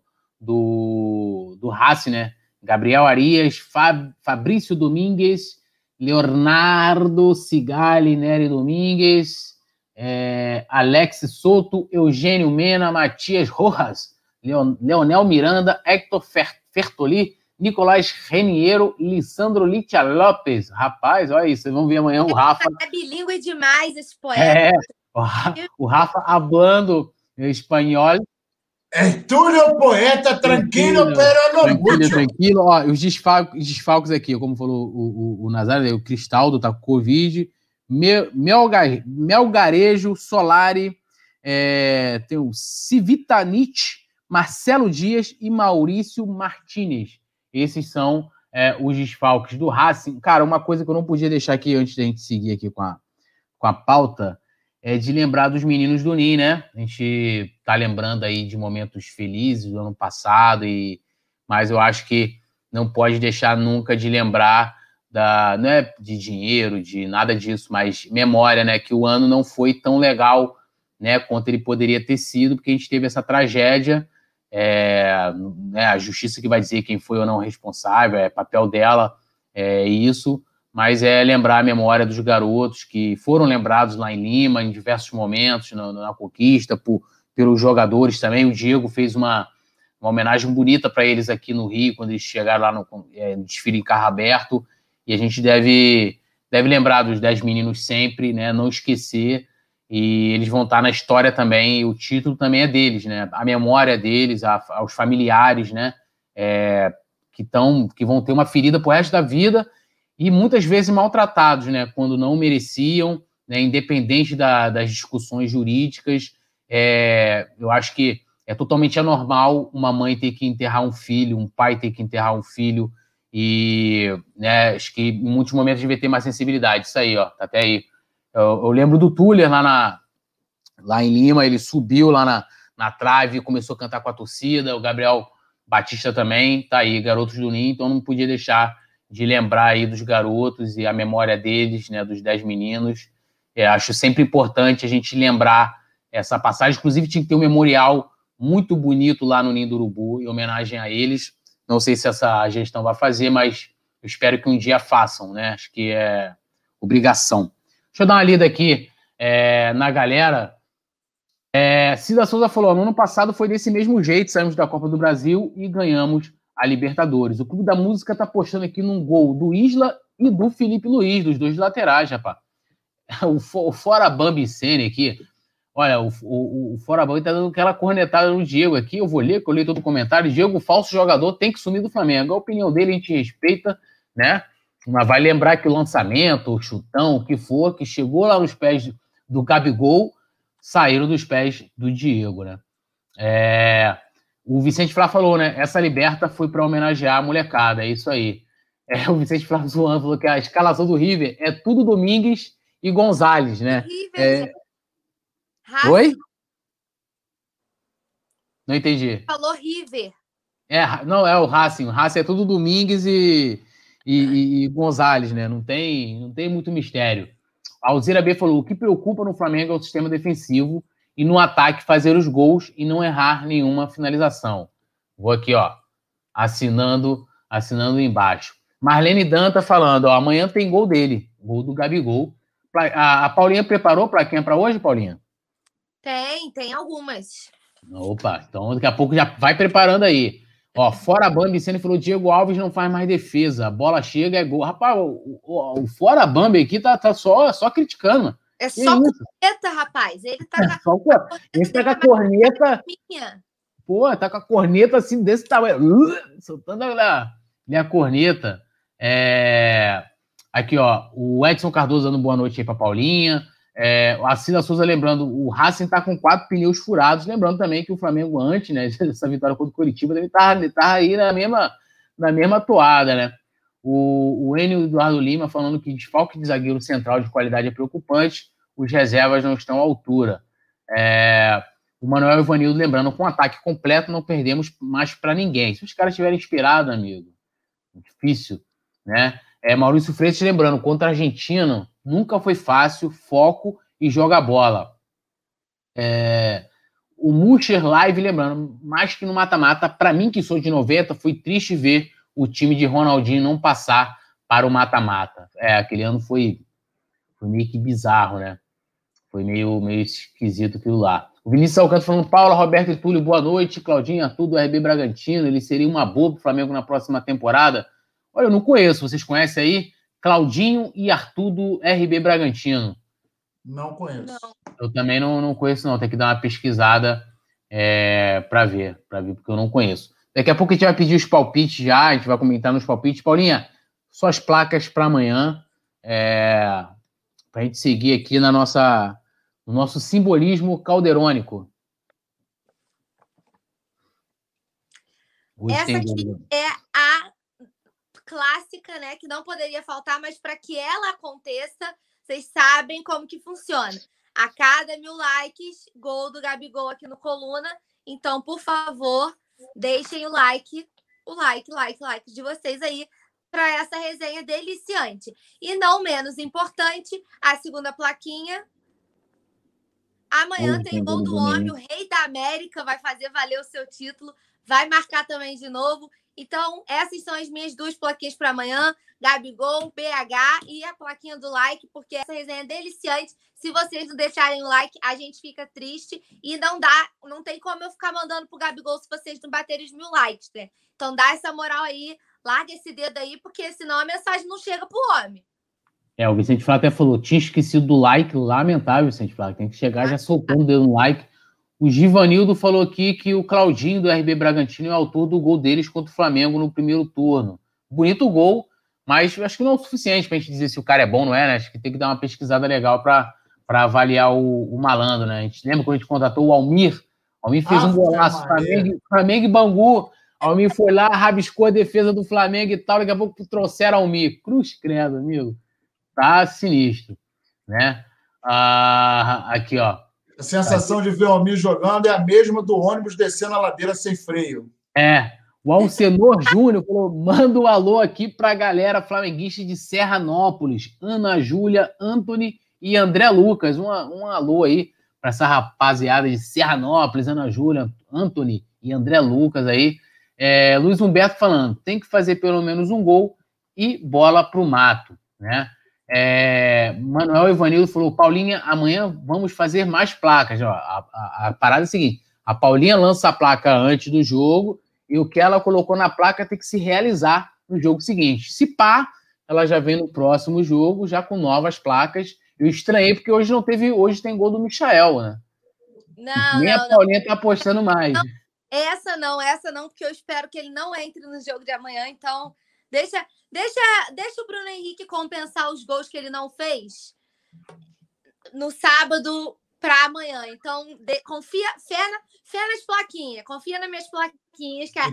do Racing, né? Gabriel Arias, Fabrício Domingues, Leonardo Sigali, Nery Domingues, Alex Souto, Eugênio Mena, Matias Rojas, Leonel Miranda, Hector Fertoli, Nicolás Reniero, Lissandro Litia Lopes. Rapaz, olha isso, vocês vão ver amanhã o Rafa. É bilíngue demais esse poeta. O Rafa hablando espanhol. Túlio poeta, tranquilo, pero no mucho. Tranquilo. Ó, os desfalques aqui, como falou o Nazário, o Cristaldo tá com Covid, Melgarejo, Solari, tem o Civitanite, Marcelo Dias e Maurício Martinez. Esses são os desfalques do Racing. Cara, uma coisa que eu não podia deixar aqui antes da gente seguir aqui com a pauta é de lembrar dos meninos do NIM, né? A gente tá lembrando aí de momentos felizes do ano passado, mas eu acho que não pode deixar nunca de lembrar não é de dinheiro, de nada disso, mas memória, né? Que o ano não foi tão legal, né, quanto ele poderia ter sido, porque a gente teve essa tragédia, né, a justiça que vai dizer quem foi ou não responsável, é papel dela, isso, mas lembrar a memória dos garotos que foram lembrados lá em Lima, em diversos momentos, na conquista, pelos jogadores também. O Diego fez uma homenagem bonita para eles aqui no Rio, quando eles chegaram lá no desfile em carro aberto, e a gente deve lembrar dos 10 meninos sempre, né, não esquecer, e eles vão estar na história também, e o título também é deles, né, a memória deles, aos familiares, né, que vão ter uma ferida pro resto da vida, e muitas vezes maltratados, né, quando não mereciam, né, independente das discussões jurídicas. Eu acho que é totalmente anormal uma mãe ter que enterrar um filho, um pai ter que enterrar um filho, e, né, acho que em muitos momentos devia ter mais sensibilidade. Isso aí, ó, tá até aí. Eu lembro do Tuller lá em Lima, ele subiu lá na trave, começou a cantar com a torcida, o Gabriel Batista também, tá aí, garotos do NIM, então não podia deixar de lembrar aí dos garotos e a memória deles, né, dos 10 meninos. Acho sempre importante a gente lembrar essa passagem. Inclusive, tinha que ter um memorial muito bonito lá no Ninho do Urubu, em homenagem a eles. Não sei se essa gestão vai fazer, mas eu espero que um dia façam, né? Acho que é obrigação. Deixa eu dar uma lida aqui na galera. Cida Souza falou, no ano passado foi desse mesmo jeito, saímos da Copa do Brasil e ganhamos a Libertadores. O Clube da Música tá postando aqui num gol do Isla e do Felipe Luiz, dos dois laterais, rapaz. O Fora Bambi Sene aqui, olha, o Fora Bambi tá dando aquela cornetada no Diego aqui, eu vou ler, que eu li todo o comentário. Diego, falso jogador, tem que sumir do Flamengo. A opinião dele a gente respeita, né? Mas vai lembrar que o lançamento, o chutão, o que for, que chegou lá nos pés do Gabigol, saíram dos pés do Diego, né? O Vicente Flá falou, né? Essa liberta foi para homenagear a molecada, é isso aí. O Vicente Flá zoando falou que a escalação do River é tudo Domingues e Gonzalez, né? River, Oi? Não entendi. Falou River. Não, é o Racing. O Racing é tudo Domingues e Gonzalez, né? Não tem muito mistério. A Alzira B falou, o que preocupa no Flamengo é o sistema defensivo e no ataque fazer os gols e não errar nenhuma finalização. Vou aqui, ó, assinando embaixo. Marlene Danta falando, ó, amanhã tem gol dele, gol do Gabigol. A Paulinha preparou para quem é para hoje, Paulinha? Tem algumas. Opa, então daqui a pouco já vai preparando aí. Ó, Fora Bambi, Vicente falou, Diego Alves não faz mais defesa, a bola chega, é gol. Rapaz, o Fora Bambi aqui tá só criticando, mano. É só corneta, rapaz. Ele tá com a corneta. Pô, tá com a corneta assim desse tamanho. Soltando a corneta. Aqui, ó. O Edson Cardoso dando boa noite aí pra Paulinha. A Cida Souza lembrando, o Racing tá com 4 pneus furados. Lembrando também que o Flamengo, antes, né, dessa vitória contra o Coritiba, ele tá aí na mesma toada, né? O Enio Eduardo Lima falando que desfalque de zagueiro central de qualidade é preocupante, os reservas não estão à altura. O Manuel Ivanildo lembrando, com um ataque completo não perdemos mais para ninguém. Se os caras estiverem inspirados, amigo, difícil, né? Maurício Freitas lembrando, contra a Argentina nunca foi fácil, foco e joga a bola. O Musher Live lembrando, mais que no mata-mata, para mim que sou de 90, foi triste ver o time de Ronaldinho não passar para o mata-mata. Aquele ano foi meio que bizarro, né? Foi meio esquisito aquilo lá. O Vinícius Alcântara falando, Paula, Roberto e Túlio, boa noite. Claudinho, Arthur do RB Bragantino, ele seria uma boa para o Flamengo na próxima temporada? Olha, eu não conheço, vocês conhecem aí? Claudinho e Arthur do RB Bragantino. Não conheço. Não. Eu também não conheço, não. Tem que dar uma pesquisada para ver, porque eu não conheço. Daqui a pouco a gente vai pedir os palpites já, a gente vai comentar nos palpites. Paulinha, suas placas para amanhã, para a gente seguir aqui no nosso simbolismo calderônico. Essa aqui é a clássica, né, que não poderia faltar, mas para que ela aconteça, vocês sabem como que funciona. A cada 1000 likes, gol do Gabigol aqui no Coluna. Então, por favor, deixem o like de vocês aí para essa resenha deliciante. E não menos importante, a segunda plaquinha. Amanhã tem gol do homem, o Rei da América vai fazer valer o seu título, vai marcar também de novo. Então, essas são as minhas 2 plaquinhas para amanhã, Gabigol, BH e a plaquinha do like, porque essa resenha é deliciante. Se vocês não deixarem o like, a gente fica triste e não tem como eu ficar mandando pro Gabigol se vocês não baterem os 1000 likes, né? Então, dá essa moral aí, larga esse dedo aí, porque senão a mensagem não chega pro homem. O Vicente Flá até falou, tinha esquecido do like, lamentável, Vicente Flá, tem que chegar já soltando o dedo no like. O Givanildo falou aqui que o Claudinho do RB Bragantino é o autor do gol deles contra o Flamengo no primeiro turno. Bonito gol, mas acho que não é o suficiente pra gente dizer se o cara é bom, não é, né? Acho que tem que dar uma pesquisada legal para avaliar o malandro, né? A gente lembra quando a gente contratou o Almir? O Almir fez um golaço, Flamengo e Bangu. O Almir foi lá, rabiscou a defesa do Flamengo e tal, daqui a pouco trouxeram o Almir. Cruz credo, amigo. Tá sinistro, né? Aqui, ó. A sensação de ver o Almir jogando é a mesma do ônibus descendo a ladeira sem freio. O Alcenor Júnior falou: manda um alô aqui para a galera flamenguista de Serranópolis. Ana Júlia, Anthony e André Lucas. Um alô aí para essa rapaziada de Serranópolis, Ana Júlia, Anthony e André Lucas aí. Luiz Humberto falando: tem que fazer pelo menos um gol e bola pro mato, né? Manuel Ivanildo falou: Paulinha, amanhã vamos fazer mais placas. Ó, a parada é a seguinte: a Paulinha lança a placa antes do jogo e o que ela colocou na placa tem que se realizar no jogo seguinte. Se pá, ela já vem no próximo jogo, já com novas placas. Eu estranhei porque hoje tem gol do Michael, né? Nem a Paulinha tá apostando mais. Não, essa não, porque eu espero que ele não entre no jogo de amanhã, então deixa o Bruno Henrique compensar os gols que ele não fez no sábado para amanhã. Então, confia, fé nas plaquinhas, confia nas minhas plaquinhas, que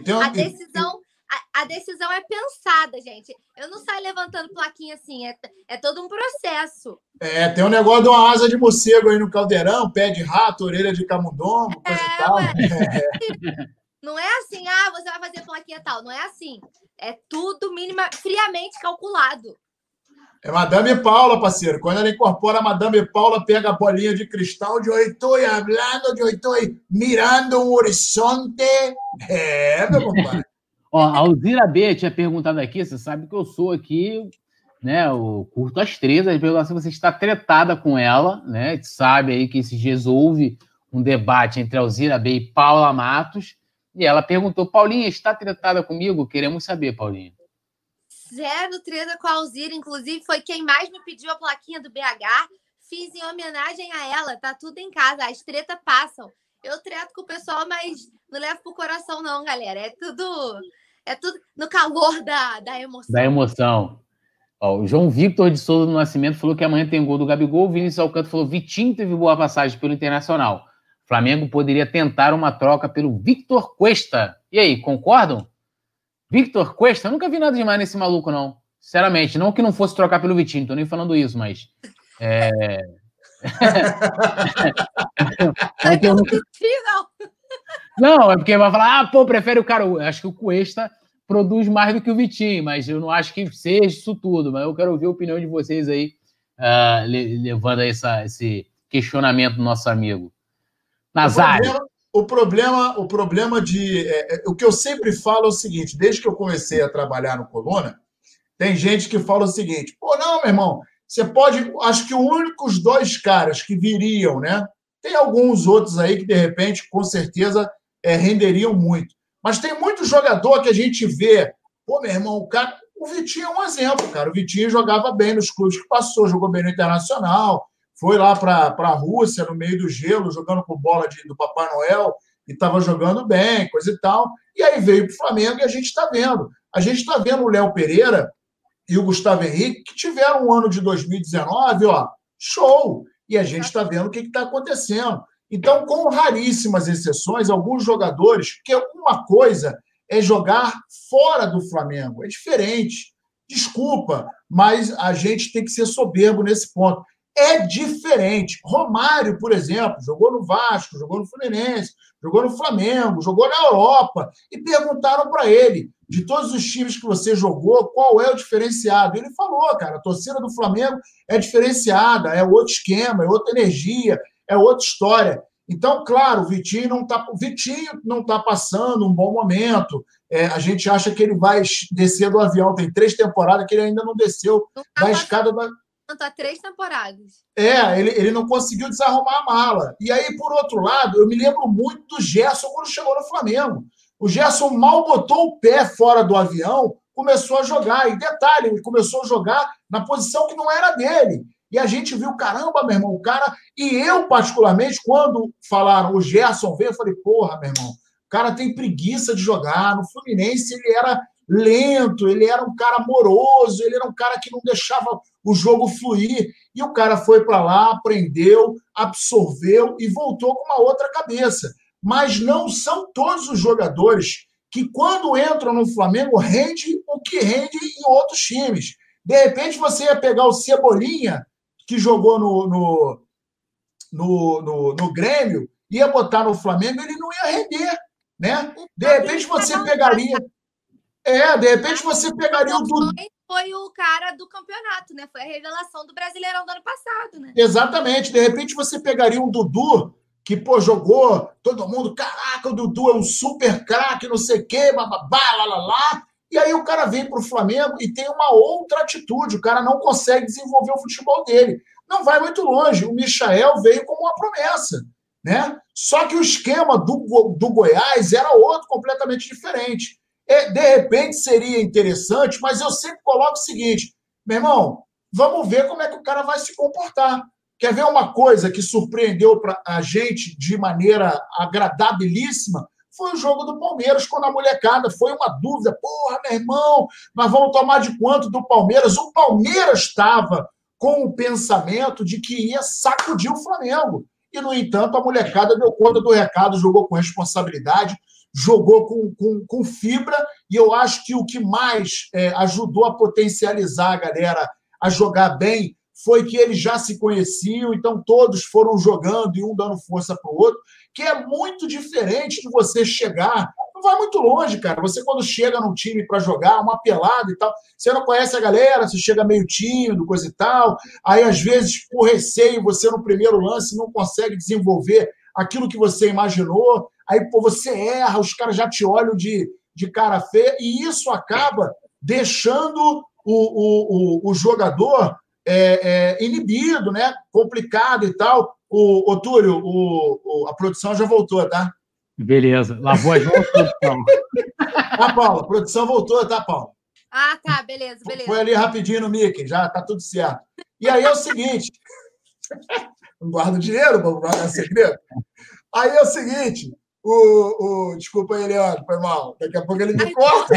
a decisão é pensada, gente. Eu não saio levantando plaquinha assim, é todo um processo. Tem um negócio de uma asa de morcego aí no caldeirão, pé de rato, orelha de camundongo, coisa e tal. Não é assim, você vai fazer plaquinha tal. Não é assim. É tudo friamente calculado. É Madame Paula, parceiro. Quando ela incorpora a Madame Paula, pega a bolinha de cristal de eu estou hablando, eu estou mirando um horizonte. Meu compadre. A Alzira B tinha perguntado aqui, você sabe que eu sou aqui, né, eu curto as tretas, perguntou se você está tretada com ela, né, a gente sabe aí que esses dias houve um debate entre Alzira B e Paula Matos, e ela perguntou: Paulinha, está tretada comigo? Queremos saber, Paulinha. Zero treta com a Alzira, inclusive foi quem mais me pediu a plaquinha do BH, fiz em homenagem a ela, tá tudo em casa, as tretas passam. Eu treto com o pessoal, mas não levo pro coração não, galera, é tudo no calor da emoção. Da emoção. O João Victor de Souza do Nascimento falou que amanhã tem gol do Gabigol. O Vinícius Alcântara falou: Vitinho teve boa passagem pelo Internacional. O Flamengo poderia tentar uma troca pelo Victor Cuesta. E aí, concordam? Victor Cuesta? Eu nunca vi nada demais nesse maluco, não. Sinceramente, não que não fosse trocar pelo Vitinho, tô nem falando isso, mas... Não, é porque vai falar: prefere o cara... Eu acho que o Cuesta produz mais do que o Vitinho, mas eu não acho que seja isso tudo. Mas eu quero ouvir a opinião de vocês aí, levando aí esse questionamento do nosso amigo. Nazário. O problema de... o que eu sempre falo é o seguinte: desde que eu comecei a trabalhar no Coluna, tem gente que fala o seguinte: não, meu irmão, você pode... Acho que os únicos dois caras que viriam, né? Tem alguns outros aí que, de repente, com certeza, renderiam muito. Mas tem muito jogador que a gente vê... meu irmão, o Vitinho é um exemplo, cara. O Vitinho jogava bem nos clubes que passou, jogou bem no Internacional, foi lá para a Rússia, no meio do gelo, jogando com bola do Papai Noel, e estava jogando bem, coisa e tal. E aí veio para o Flamengo e a gente está vendo. A gente está vendo o Léo Pereira e o Gustavo Henrique, que tiveram um ano de 2019, show! E a gente está vendo o que está acontecendo. Então, com raríssimas exceções, alguns jogadores, porque uma coisa é jogar fora do Flamengo, é diferente. Desculpa, mas a gente tem que ser soberbo nesse ponto. É diferente. Romário, por exemplo, jogou no Vasco, jogou no Fluminense, jogou no Flamengo, jogou na Europa, e perguntaram para ele: de todos os times que você jogou, qual é o diferenciado? Ele falou: cara, a torcida do Flamengo é diferenciada, é outro esquema, é outra energia, é outra história. Então, claro, o Vitinho não está passando um bom momento. A gente acha que ele vai descer do avião. Tem 3 temporadas que ele ainda não desceu da escada da... Há 3 temporadas. Ele não conseguiu desarrumar a mala. E aí, por outro lado, eu me lembro muito do Gerson quando chegou no Flamengo. O Gerson mal botou o pé fora do avião, começou a jogar. E detalhe, ele começou a jogar na posição que não era dele. E a gente viu: caramba, meu irmão, o cara... E eu, particularmente, quando falaram o Gerson veio, eu falei: porra, meu irmão, o cara tem preguiça de jogar. No Fluminense ele era lento, ele era um cara moroso, ele era um cara que não deixava o jogo fluir. E o cara foi para lá, aprendeu, absorveu e voltou com uma outra cabeça. Mas não são todos os jogadores que, quando entram no Flamengo, rende o que rende em outros times. De repente, você ia pegar o Cebolinha, que jogou no Grêmio, ia botar no Flamengo, ele não ia render. né? De repente você pegaria... de repente você pegaria o Dudu. Foi o cara do campeonato, né? Foi a revelação do Brasileirão do ano passado, né? Exatamente. De repente você pegaria um Dudu que, jogou, todo mundo, caraca, o Dudu é um super craque, não sei o quê, bababá, lá. E aí o cara vem para o Flamengo e tem uma outra atitude. O cara não consegue desenvolver o futebol dele. Não vai muito longe. O Michael veio como uma promessa, né? Só que o esquema do Goiás era outro, completamente diferente. De repente seria interessante, mas eu sempre coloco o seguinte, meu irmão, vamos ver como é que o cara vai se comportar. Quer ver uma coisa que surpreendeu a gente de maneira agradabilíssima? Foi o jogo do Palmeiras, quando a molecada foi uma dúvida. Porra, meu irmão, nós vamos tomar de quanto do Palmeiras? O Palmeiras estava com o pensamento de que ia sacudir o Flamengo. E, no entanto, a molecada deu conta do recado, jogou com responsabilidade, jogou com fibra, e eu acho que o que mais ajudou a potencializar a galera a jogar bem foi que eles já se conheciam, então todos foram jogando e um dando força para o outro, que é muito diferente de você chegar... Não vai muito longe, cara. Você, quando chega num time para jogar, uma pelada e tal, você não conhece a galera, você chega meio tímido, coisa e tal, aí, às vezes, por receio, você no primeiro lance não consegue desenvolver aquilo que você imaginou, aí você erra, os caras já te olham de cara feia, e isso acaba deixando o jogador inibido, né? Complicado e tal. O Túlio, a produção já voltou, tá? Beleza, lavou as mãos, produção. Tá, Paula, a produção voltou, tá, Paula? Ah, tá, beleza. Foi ali rapidinho no Mickey, já tá tudo certo. E aí é o seguinte, não guarda o dinheiro, vamos guardar segredo? Aí é o seguinte, desculpa aí, Leandro, foi mal, daqui a pouco ele me corta.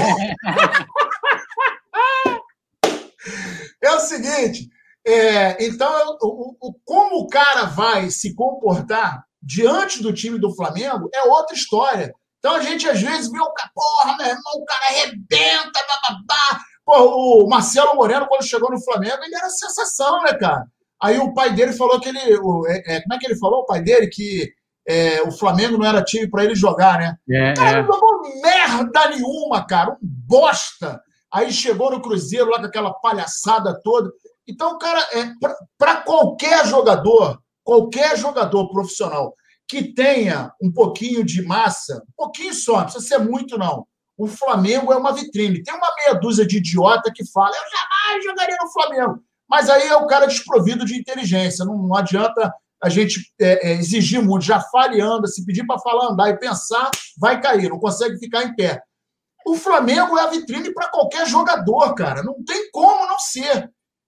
É o seguinte, então, como o cara vai se comportar diante do time do Flamengo é outra história. Então a gente às vezes vê o cara, porra, meu irmão, o cara arrebenta, bababá. Pô, o Marcelo Moreno, quando chegou no Flamengo, ele era sensação, né, cara? Aí o pai dele falou que ele... como é que ele falou, o pai dele? Que o Flamengo não era time para ele jogar, né? O cara não jogou merda nenhuma, cara. Um bosta. Aí chegou no Cruzeiro lá com aquela palhaçada toda. Então, cara, para qualquer jogador profissional que tenha um pouquinho de massa, um pouquinho só, não precisa ser muito, não. O Flamengo é uma vitrine. Tem uma meia dúzia de idiota que fala, eu jamais jogaria no Flamengo. Mas aí é o cara desprovido de inteligência. Não adianta a gente exigir muito. Já fala e anda. Se pedir para falar, andar e pensar, vai cair. Não consegue ficar em pé. O Flamengo é a vitrine para qualquer jogador, cara. Não tem como não ser.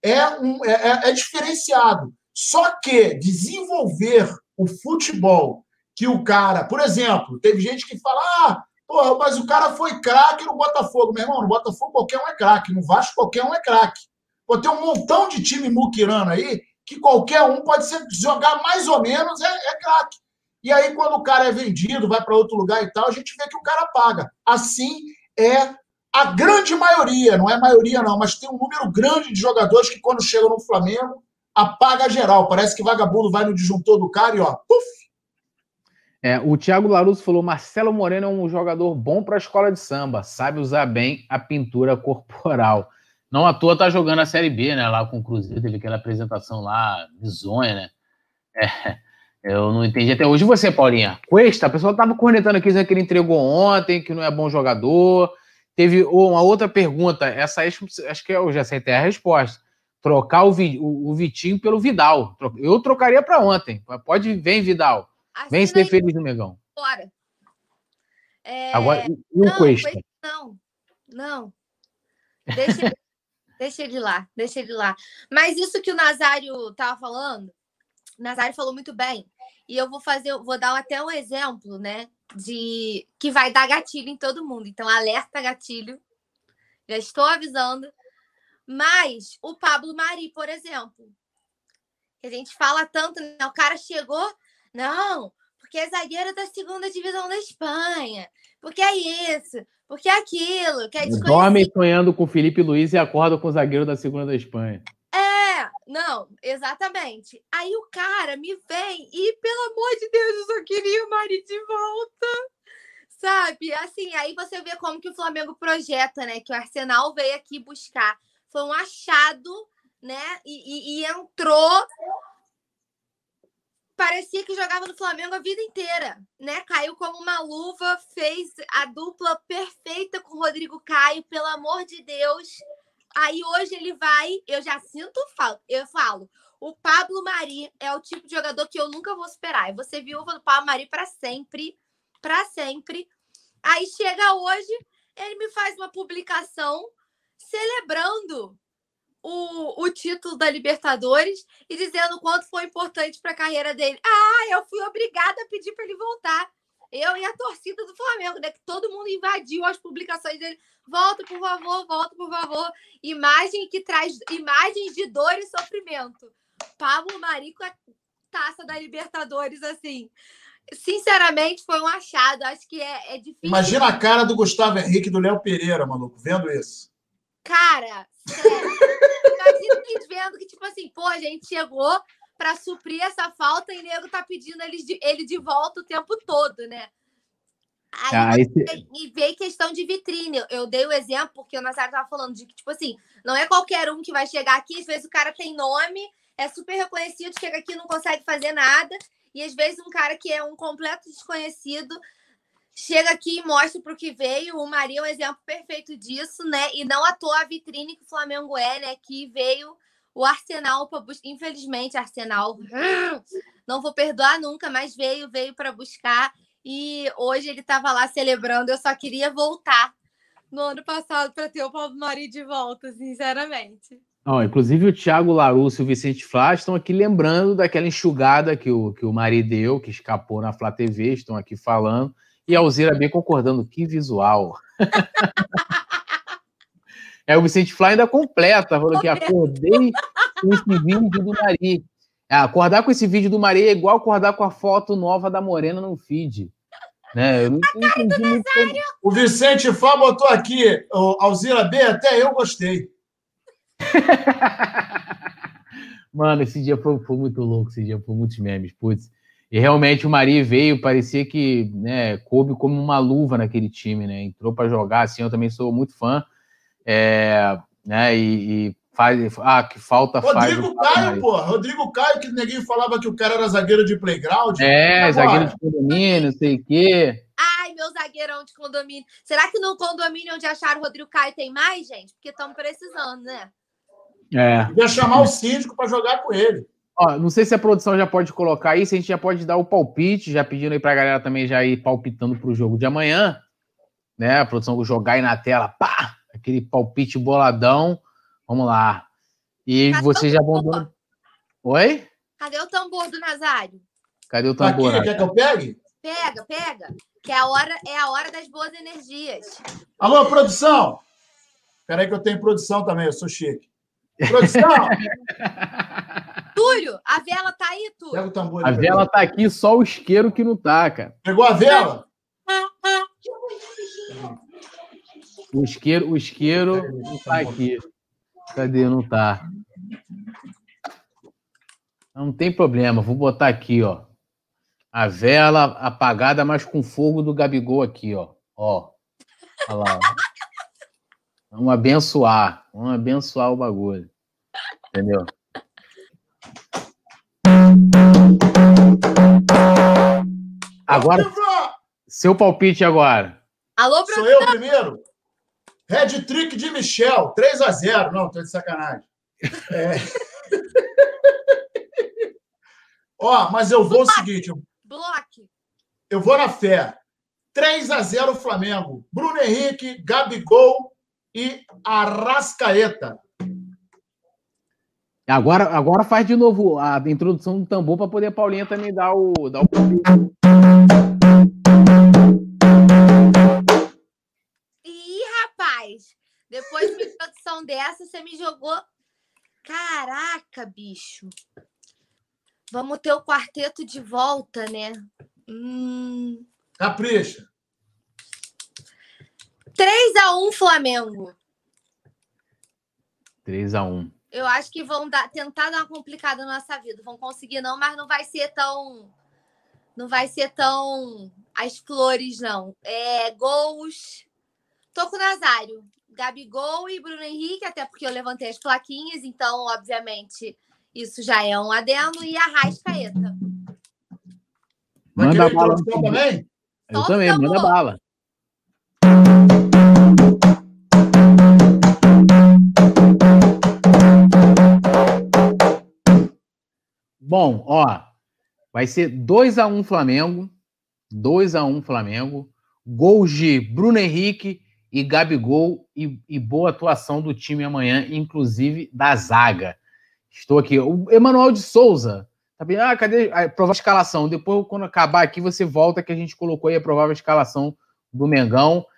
É diferenciado. Só que desenvolver o futebol que o cara... Por exemplo, teve gente que fala, porra, mas o cara foi craque no Botafogo. Meu irmão, no Botafogo qualquer um é craque. No Vasco qualquer um é craque. Pô, tem um montão de time muquirano aí que qualquer um pode jogar mais ou menos, é craque. E aí, quando o cara é vendido, vai para outro lugar e tal, a gente vê que o cara paga. Assim é a grande maioria, não é maioria não, mas tem um número grande de jogadores que quando chegam no Flamengo, apaga geral. Parece que vagabundo vai no disjuntor do cara e ó, puf! O Thiago Larusso falou, Marcelo Moreno é um jogador bom para a escola de samba, sabe usar bem a pintura corporal. Não à toa tá jogando a Série B, né, lá com o Cruzeiro, teve aquela apresentação lá, bizonha, né? Eu não entendi até hoje. Você, Paulinha? Cuesta, a pessoa tava cornetando aqui, dizendo que ele entregou ontem, que não é bom jogador. Teve uma outra pergunta, essa aí acho que eu já sei até a resposta. Trocar o Vitinho pelo Vidal. Eu trocaria para ontem. Pode, vem, Vidal. Vem ser feliz no Megão. Bora. Agora, e o Cuesta? Não. Deixa ele lá. Mas isso que o Nazário tava falando, o Nazário falou muito bem. E eu vou dar até um exemplo, né? De que vai dar gatilho em todo mundo. Então, alerta gatilho. Já estou avisando. Mas o Pablo Mari, por exemplo, que a gente fala tanto, né? O cara chegou, não, porque é zagueiro da segunda divisão da Espanha, porque é isso, porque é aquilo, que é desconhecido. Dorme sonhando com o Felipe Luiz e acorda com o zagueiro da segunda da Espanha. Não, exatamente. Aí o cara me vem e, pelo amor de Deus, eu só queria o Mari de volta. Sabe? Assim, aí você vê como que o Flamengo projeta, né? Que o Arsenal veio aqui buscar. Foi um achado, né? E entrou. Parecia que jogava no Flamengo a vida inteira, né? Caiu como uma luva, fez a dupla perfeita com o Rodrigo Caio, pelo amor de Deus. Aí hoje ele vai, eu já sinto falta. Eu falo, o Pablo Mari é o tipo de jogador que eu nunca vou superar. Eu vou ser viúva do Pablo Mari para sempre, para sempre. Aí chega hoje, ele me faz uma publicação celebrando o título da Libertadores e dizendo o quanto foi importante para a carreira dele. Ah, eu fui obrigada a pedir para ele voltar. Eu e a torcida do Flamengo, né? Que todo mundo invadiu as publicações dele. Volta, por favor, volta, por favor. Imagem que traz imagens de dor e sofrimento. Pablo Mari com a taça da Libertadores, assim. Sinceramente, foi um achado. Acho que é difícil. Imagina a cara do Gustavo Henrique e do Léo Pereira, maluco, vendo isso. Cara, sério. Imagina eles vendo que, tipo assim, pô, a gente chegou para suprir essa falta e o nego tá pedindo ele de volta o tempo todo, né? Aí e veio questão de vitrine. Eu dei o exemplo porque o Nazário tava falando de que, tipo assim, não é qualquer um que vai chegar aqui, às vezes o cara tem nome, é super reconhecido, chega aqui e não consegue fazer nada, e às vezes um cara que é um completo desconhecido chega aqui e mostra para o que veio. O Maria é um exemplo perfeito disso, né? E não à toa a vitrine que o Flamengo é, né? Que veio o Arsenal para buscar. Infelizmente, Arsenal, não vou perdoar nunca, mas veio para buscar. E hoje ele estava lá celebrando. Eu só queria voltar no ano passado para ter o Pablo Mari de volta, sinceramente. Não, inclusive o Thiago Larusso e o Vicente Flá estão aqui lembrando daquela enxugada que o Mari deu, que escapou na Flá TV, estão aqui falando. E a Alzira bem concordando, que visual. O Vicente Flá ainda completa, falando que acordei com esse vídeo do Mari. Acordar com esse vídeo do Mari é igual acordar com a foto nova da Morena no feed. Né? Eu não entendi muito. O Vicente Flá botou aqui, Alzira B, até eu gostei. Mano, esse dia foi muito louco, esse dia foi muitos memes, putz. E realmente o Mari veio, parecia que, né, coube como uma luva naquele time, né? Entrou para jogar, assim, eu também sou muito fã, né? E faz, que falta Rodrigo faz. Caio, pô, Rodrigo Caio, que ninguém falava que o cara era zagueiro de playground. Zagueiro de condomínio, não sei o quê. Ai, meu zagueirão de condomínio. Será que no condomínio onde acharam o Rodrigo Caio tem mais, gente? Porque estamos precisando, né? Devia chamar o síndico para jogar com ele. Ó, não sei se a produção já pode colocar isso, a gente já pode dar o palpite, já pedindo aí pra galera também já ir palpitando pro jogo de amanhã, né? A produção jogar aí na tela, pá! Aquele palpite boladão. Vamos lá. E você já vão... Oi? Cadê o tambor do Nazário? Cadê o tambor? Aqui, quer que eu pegue? Pega. Que é a hora das boas energias. Alô, produção! Peraí que eu tenho produção também, eu sou chique. Produção! Túlio, a vela tá aí, Túlio? Pega o tambor. A vela tá aqui, só o isqueiro que não tá, cara. Pegou a vela? O isqueiro não tá aqui. Cadê? Não tá. Não tem problema, vou botar aqui, ó. A vela apagada, mas com fogo do Gabigol aqui, ó. Ó. Olha lá, ó. Vamos abençoar o bagulho. Entendeu? Agora, seu palpite agora. Alô, produção? Sou eu primeiro? Red Trick de Michel, 3-0. Não, tô de sacanagem. Ó, mas eu vou o seguinte. Bloque. Eu vou na fé. 3-0 Flamengo. Bruno Henrique, Gabigol e Arrascaeta. Agora faz de novo a introdução do tambor para poder a Paulinha também dar o palpite. Ih, rapaz, depois de uma introdução dessa, você me jogou. Caraca, bicho. Vamos ter o quarteto de volta, né? Capricha. 3-1 Flamengo. 3-1. Eu acho que vão tentar dar uma complicada na nossa vida. Vão conseguir não, mas não vai ser tão não vai ser tão as flores, não. Gols. Tô com o Nazário. Gabigol e Bruno Henrique, até porque eu levantei as plaquinhas, então, obviamente, isso já é um adendo. E Arrascaeta. Vai querer introdução também? Eu também, manda bala. Bom, ó, vai ser 2-1 Flamengo, 2-1 Flamengo, gols de Bruno Henrique e Gabigol e boa atuação do time amanhã, inclusive da zaga. Estou aqui, o Emanuel de Souza, tá bem? Cadê a provável escalação? Depois, quando acabar aqui, você volta que a gente colocou aí a provável escalação do Mengão.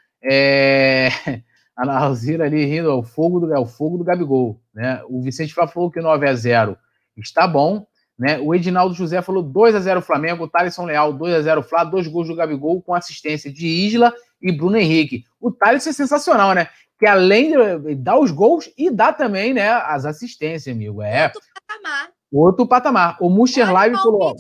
A Alzira ali rindo, é o fogo do Gabigol, né? O Vicente falou que 9-0 está bom. Né? O Edinaldo José falou 2-0 Flamengo, o Thaleson Leal 2-0 Flá, 2 gols do Gabigol com assistência de Isla e Bruno Henrique. O Thaleson é sensacional, né? Que além de dar os gols e dá também, né, as assistências, amigo. Outro patamar. O Muscher Live falou...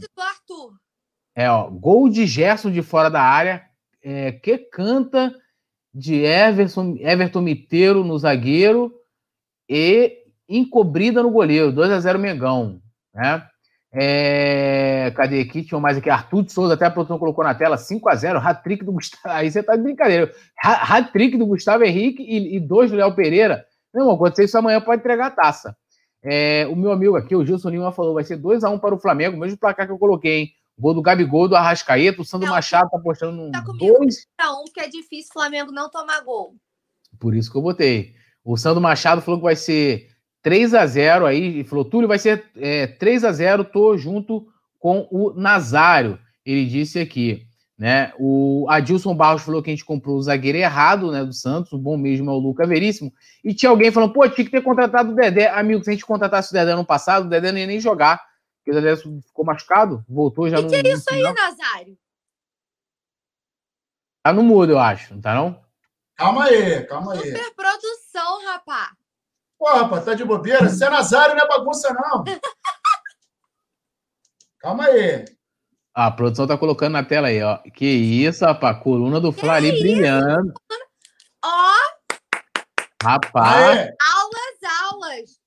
gol de Gerson de fora da área, que canta de Everton Miteiro no zagueiro e encobrida no goleiro, 2-0 Mengão, né? Cadê aqui? Tinha mais aqui. Arthur de Souza, até a produção colocou na tela, 5-0, hat-trick do Gustavo. Aí você tá de brincadeira. Hat-trick do Gustavo Henrique e 2 do Léo Pereira. Não, acontecer isso amanhã, pode entregar a taça. O meu amigo aqui, o Gilson Lima, falou: vai ser 2-1 para o Flamengo, mesmo placar que eu coloquei, hein? Gol do Gabigol, do Arrascaeta. O Sandro Machado tá postando num 2-1, porque é difícil o Flamengo não tomar gol. Por isso que eu botei. O Sandro Machado falou que vai ser 3-0 aí, e falou, Túlio, vai ser 3-0, tô junto com o Nazário. Ele disse aqui, né? O Adilson Barros falou que a gente comprou o zagueiro errado, né, do Santos, o bom mesmo é o Luca Veríssimo. E tinha alguém falando, pô, tinha que ter contratado o Dedé. Amigo, se a gente contratasse o Dedé no passado, o Dedé não ia nem jogar, porque o Dedé ficou machucado, voltou já no... Que é isso aí, Nazário? Tá no mudo, eu acho, não tá não? Calma aí. Super produção, rapaz. Pô, rapaz, tá de bobeira? Se é Nazário, não é bagunça, não. Calma aí. A produção tá colocando na tela aí, ó. Que isso, rapaz. Coluna do Fla ali brilhando. Ó. Rapaz. Aulas.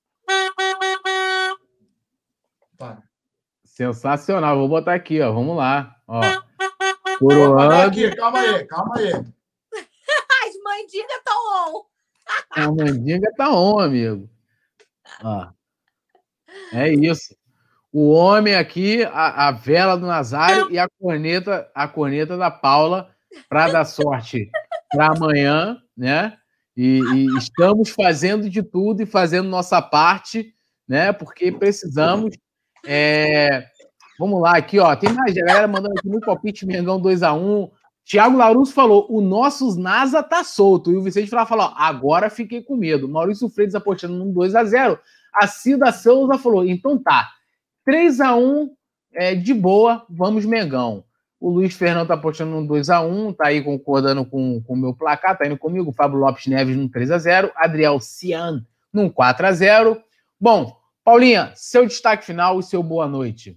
Para. Sensacional. Vou botar aqui, ó. Vamos lá. Ó. Coroando. Calma aí. As mandingas estão on. A mandinga tá on, amigo. Ó. É isso. O homem aqui, a vela do Nazário e a corneta da Paula para dar sorte para amanhã, né? E estamos fazendo de tudo e fazendo nossa parte, né? Porque precisamos. Vamos lá, aqui, ó. Tem mais, a galera mandando aqui no palpite Mengão 2-1. Thiago Larusso falou, o nosso NASA tá solto. E o Vicente falou, agora fiquei com medo. Maurício Freitas apostando num 2-0. A Cida Souza falou, então tá. 3-1, de boa, vamos Mengão. O Luiz Fernando tá apostando num 2-1, tá aí concordando com o meu placar, tá indo comigo. O Fábio Lopes Neves num 3-0. Adriel Cian num 4-0. Bom, Paulinha, seu destaque final e seu boa noite.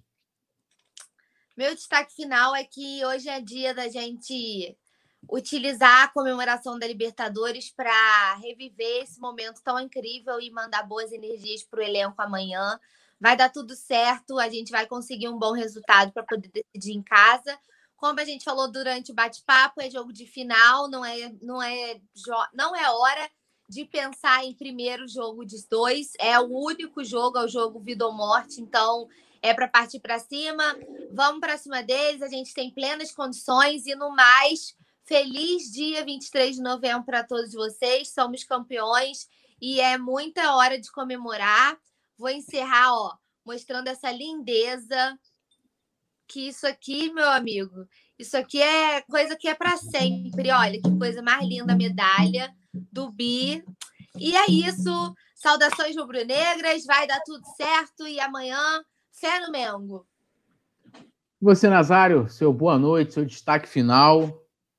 Meu destaque final é que hoje é dia da gente utilizar a comemoração da Libertadores para reviver esse momento tão incrível e mandar boas energias para o elenco amanhã. Vai dar tudo certo, a gente vai conseguir um bom resultado para poder decidir em casa. Como a gente falou durante o bate-papo, é jogo de final, não é hora de pensar em primeiro jogo de 2. É o único jogo, é o jogo vida ou morte, então é para partir para cima. Vamos para cima deles, a gente tem plenas condições e no mais, feliz dia 23 de novembro para todos vocês. Somos campeões e é muita hora de comemorar. Vou encerrar, mostrando essa lindeza, que isso aqui, meu amigo, isso aqui é coisa que é para sempre. Olha, que coisa mais linda a medalha do Bi. E é isso. Saudações rubro-negras, vai dar tudo certo e amanhã, fé no Mengo. Você, Nazário, seu boa noite, seu destaque final.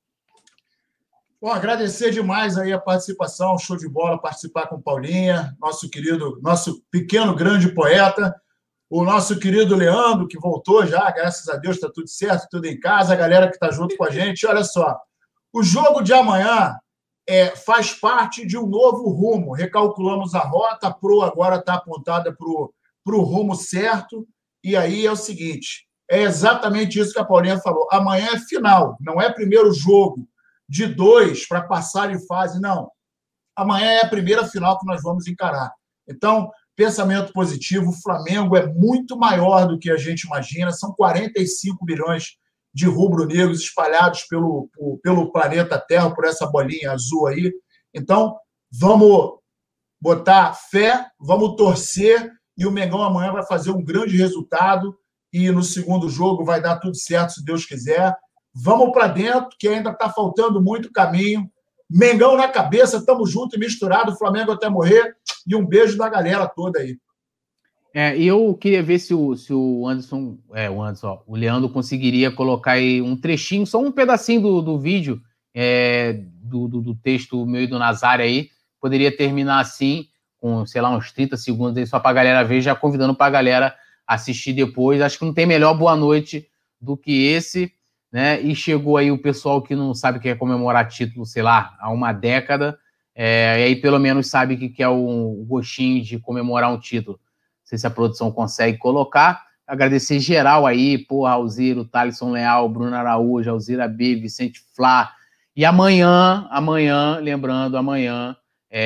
Bom, agradecer demais aí a participação, show de bola, participar com Paulinha, nosso querido, nosso pequeno grande poeta. o nosso querido Leandro, que voltou já, graças a Deus, está tudo certo, tudo em casa, a galera que está junto com a gente. Olha só, o jogo de amanhã faz parte de um novo rumo. Recalculamos a rota, a Pro agora está apontada para o rumo certo. E aí é o seguinte, é exatamente isso que a Paulinha falou. Amanhã é final, não é primeiro jogo de 2 para passar de fase, não. Amanhã é a primeira final que nós vamos encarar. Então, pensamento positivo, o Flamengo é muito maior do que a gente imagina, são 45 milhões de rubro-negros espalhados pelo planeta Terra, por essa bolinha azul aí. Então, vamos botar fé, vamos torcer, e o Mengão amanhã vai fazer um grande resultado, e no segundo jogo vai dar tudo certo, se Deus quiser. Vamos para dentro, que ainda está faltando muito caminho. Mengão na cabeça, estamos juntos e misturados, Flamengo até morrer, e um beijo da galera toda aí. E eu queria ver se o Leandro conseguiria colocar aí um trechinho, só um pedacinho do vídeo, do texto meu e do Nazário aí, poderia terminar assim, com, sei lá, uns 30 segundos aí, só para a galera ver, já convidando para a galera assistir depois. Acho que não tem melhor boa noite do que esse, né? E chegou aí o pessoal que não sabe o que é comemorar título, sei lá, há uma década, e aí pelo menos sabe o que é o gostinho de comemorar um título. Não sei se a produção consegue colocar. Agradecer geral aí, Alziro, Thalisson Leal, Bruno Araújo, Alzira B, Vicente Flá. E amanhã, lembrando, amanhã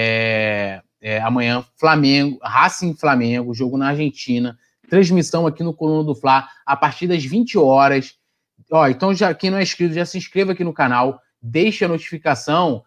Flamengo, Racing Flamengo, jogo na Argentina, transmissão aqui no Coluna do Fla, a partir das 20 horas. Então, quem não é inscrito, já se inscreva aqui no canal, deixa a notificação,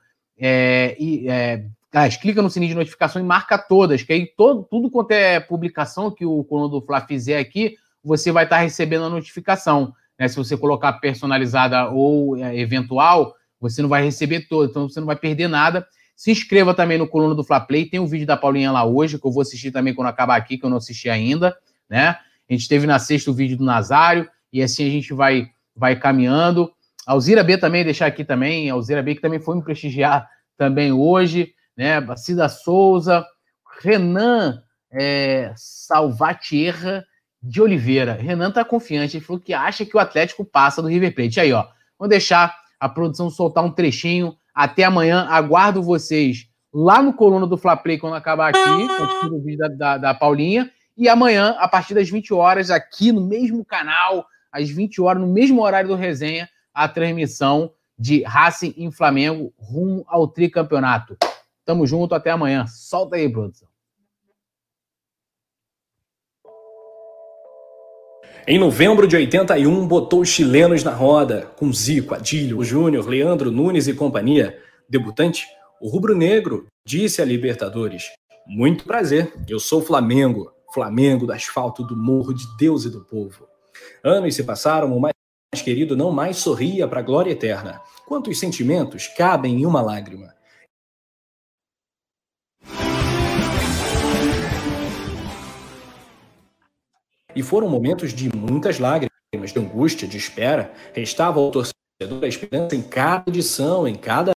clica no sininho de notificação e marca todas, que aí tudo quanto é publicação que o Coluna do Fla fizer aqui, você vai estar recebendo a notificação, né? Se você colocar personalizada ou eventual, você não vai receber todas, então você não vai perder nada. Se inscreva também no Coluna do Fla Play, tem um vídeo da Paulinha lá hoje, que eu vou assistir também quando acabar aqui, que eu não assisti ainda, né? A gente teve na sexta o vídeo do Nazário, e assim a gente vai caminhando. Alzira B também, deixar aqui também, Alzira B que também foi me prestigiar também hoje, né? Bacida Souza, Renan Salvatierra de Oliveira. Renan tá confiante, ele falou que acha que o Atlético passa do River Plate. Aí, vamos deixar a produção soltar um trechinho. Até amanhã, aguardo vocês lá no Coluna do Fla Play quando acabar aqui, o vídeo da Paulinha. E amanhã, a partir das 20 horas, aqui no mesmo canal, às 20 horas, no mesmo horário do Resenha, a transmissão de Racing em Flamengo rumo ao tricampeonato. Tamo junto, até amanhã. Solta aí, produção. Em novembro de 81, botou os chilenos na roda, com Zico, Adílio, Júnior, Leandro Nunes e companhia. Debutante, o rubro-negro disse a Libertadores: muito prazer, eu sou Flamengo, Flamengo do asfalto, do morro de Deus e do povo. Anos se passaram, o mais querido não mais sorria para a glória eterna. Quantos sentimentos cabem em uma lágrima? E foram momentos de muitas lágrimas, de angústia, de espera. Restava ao torcedor a esperança em cada edição, em cada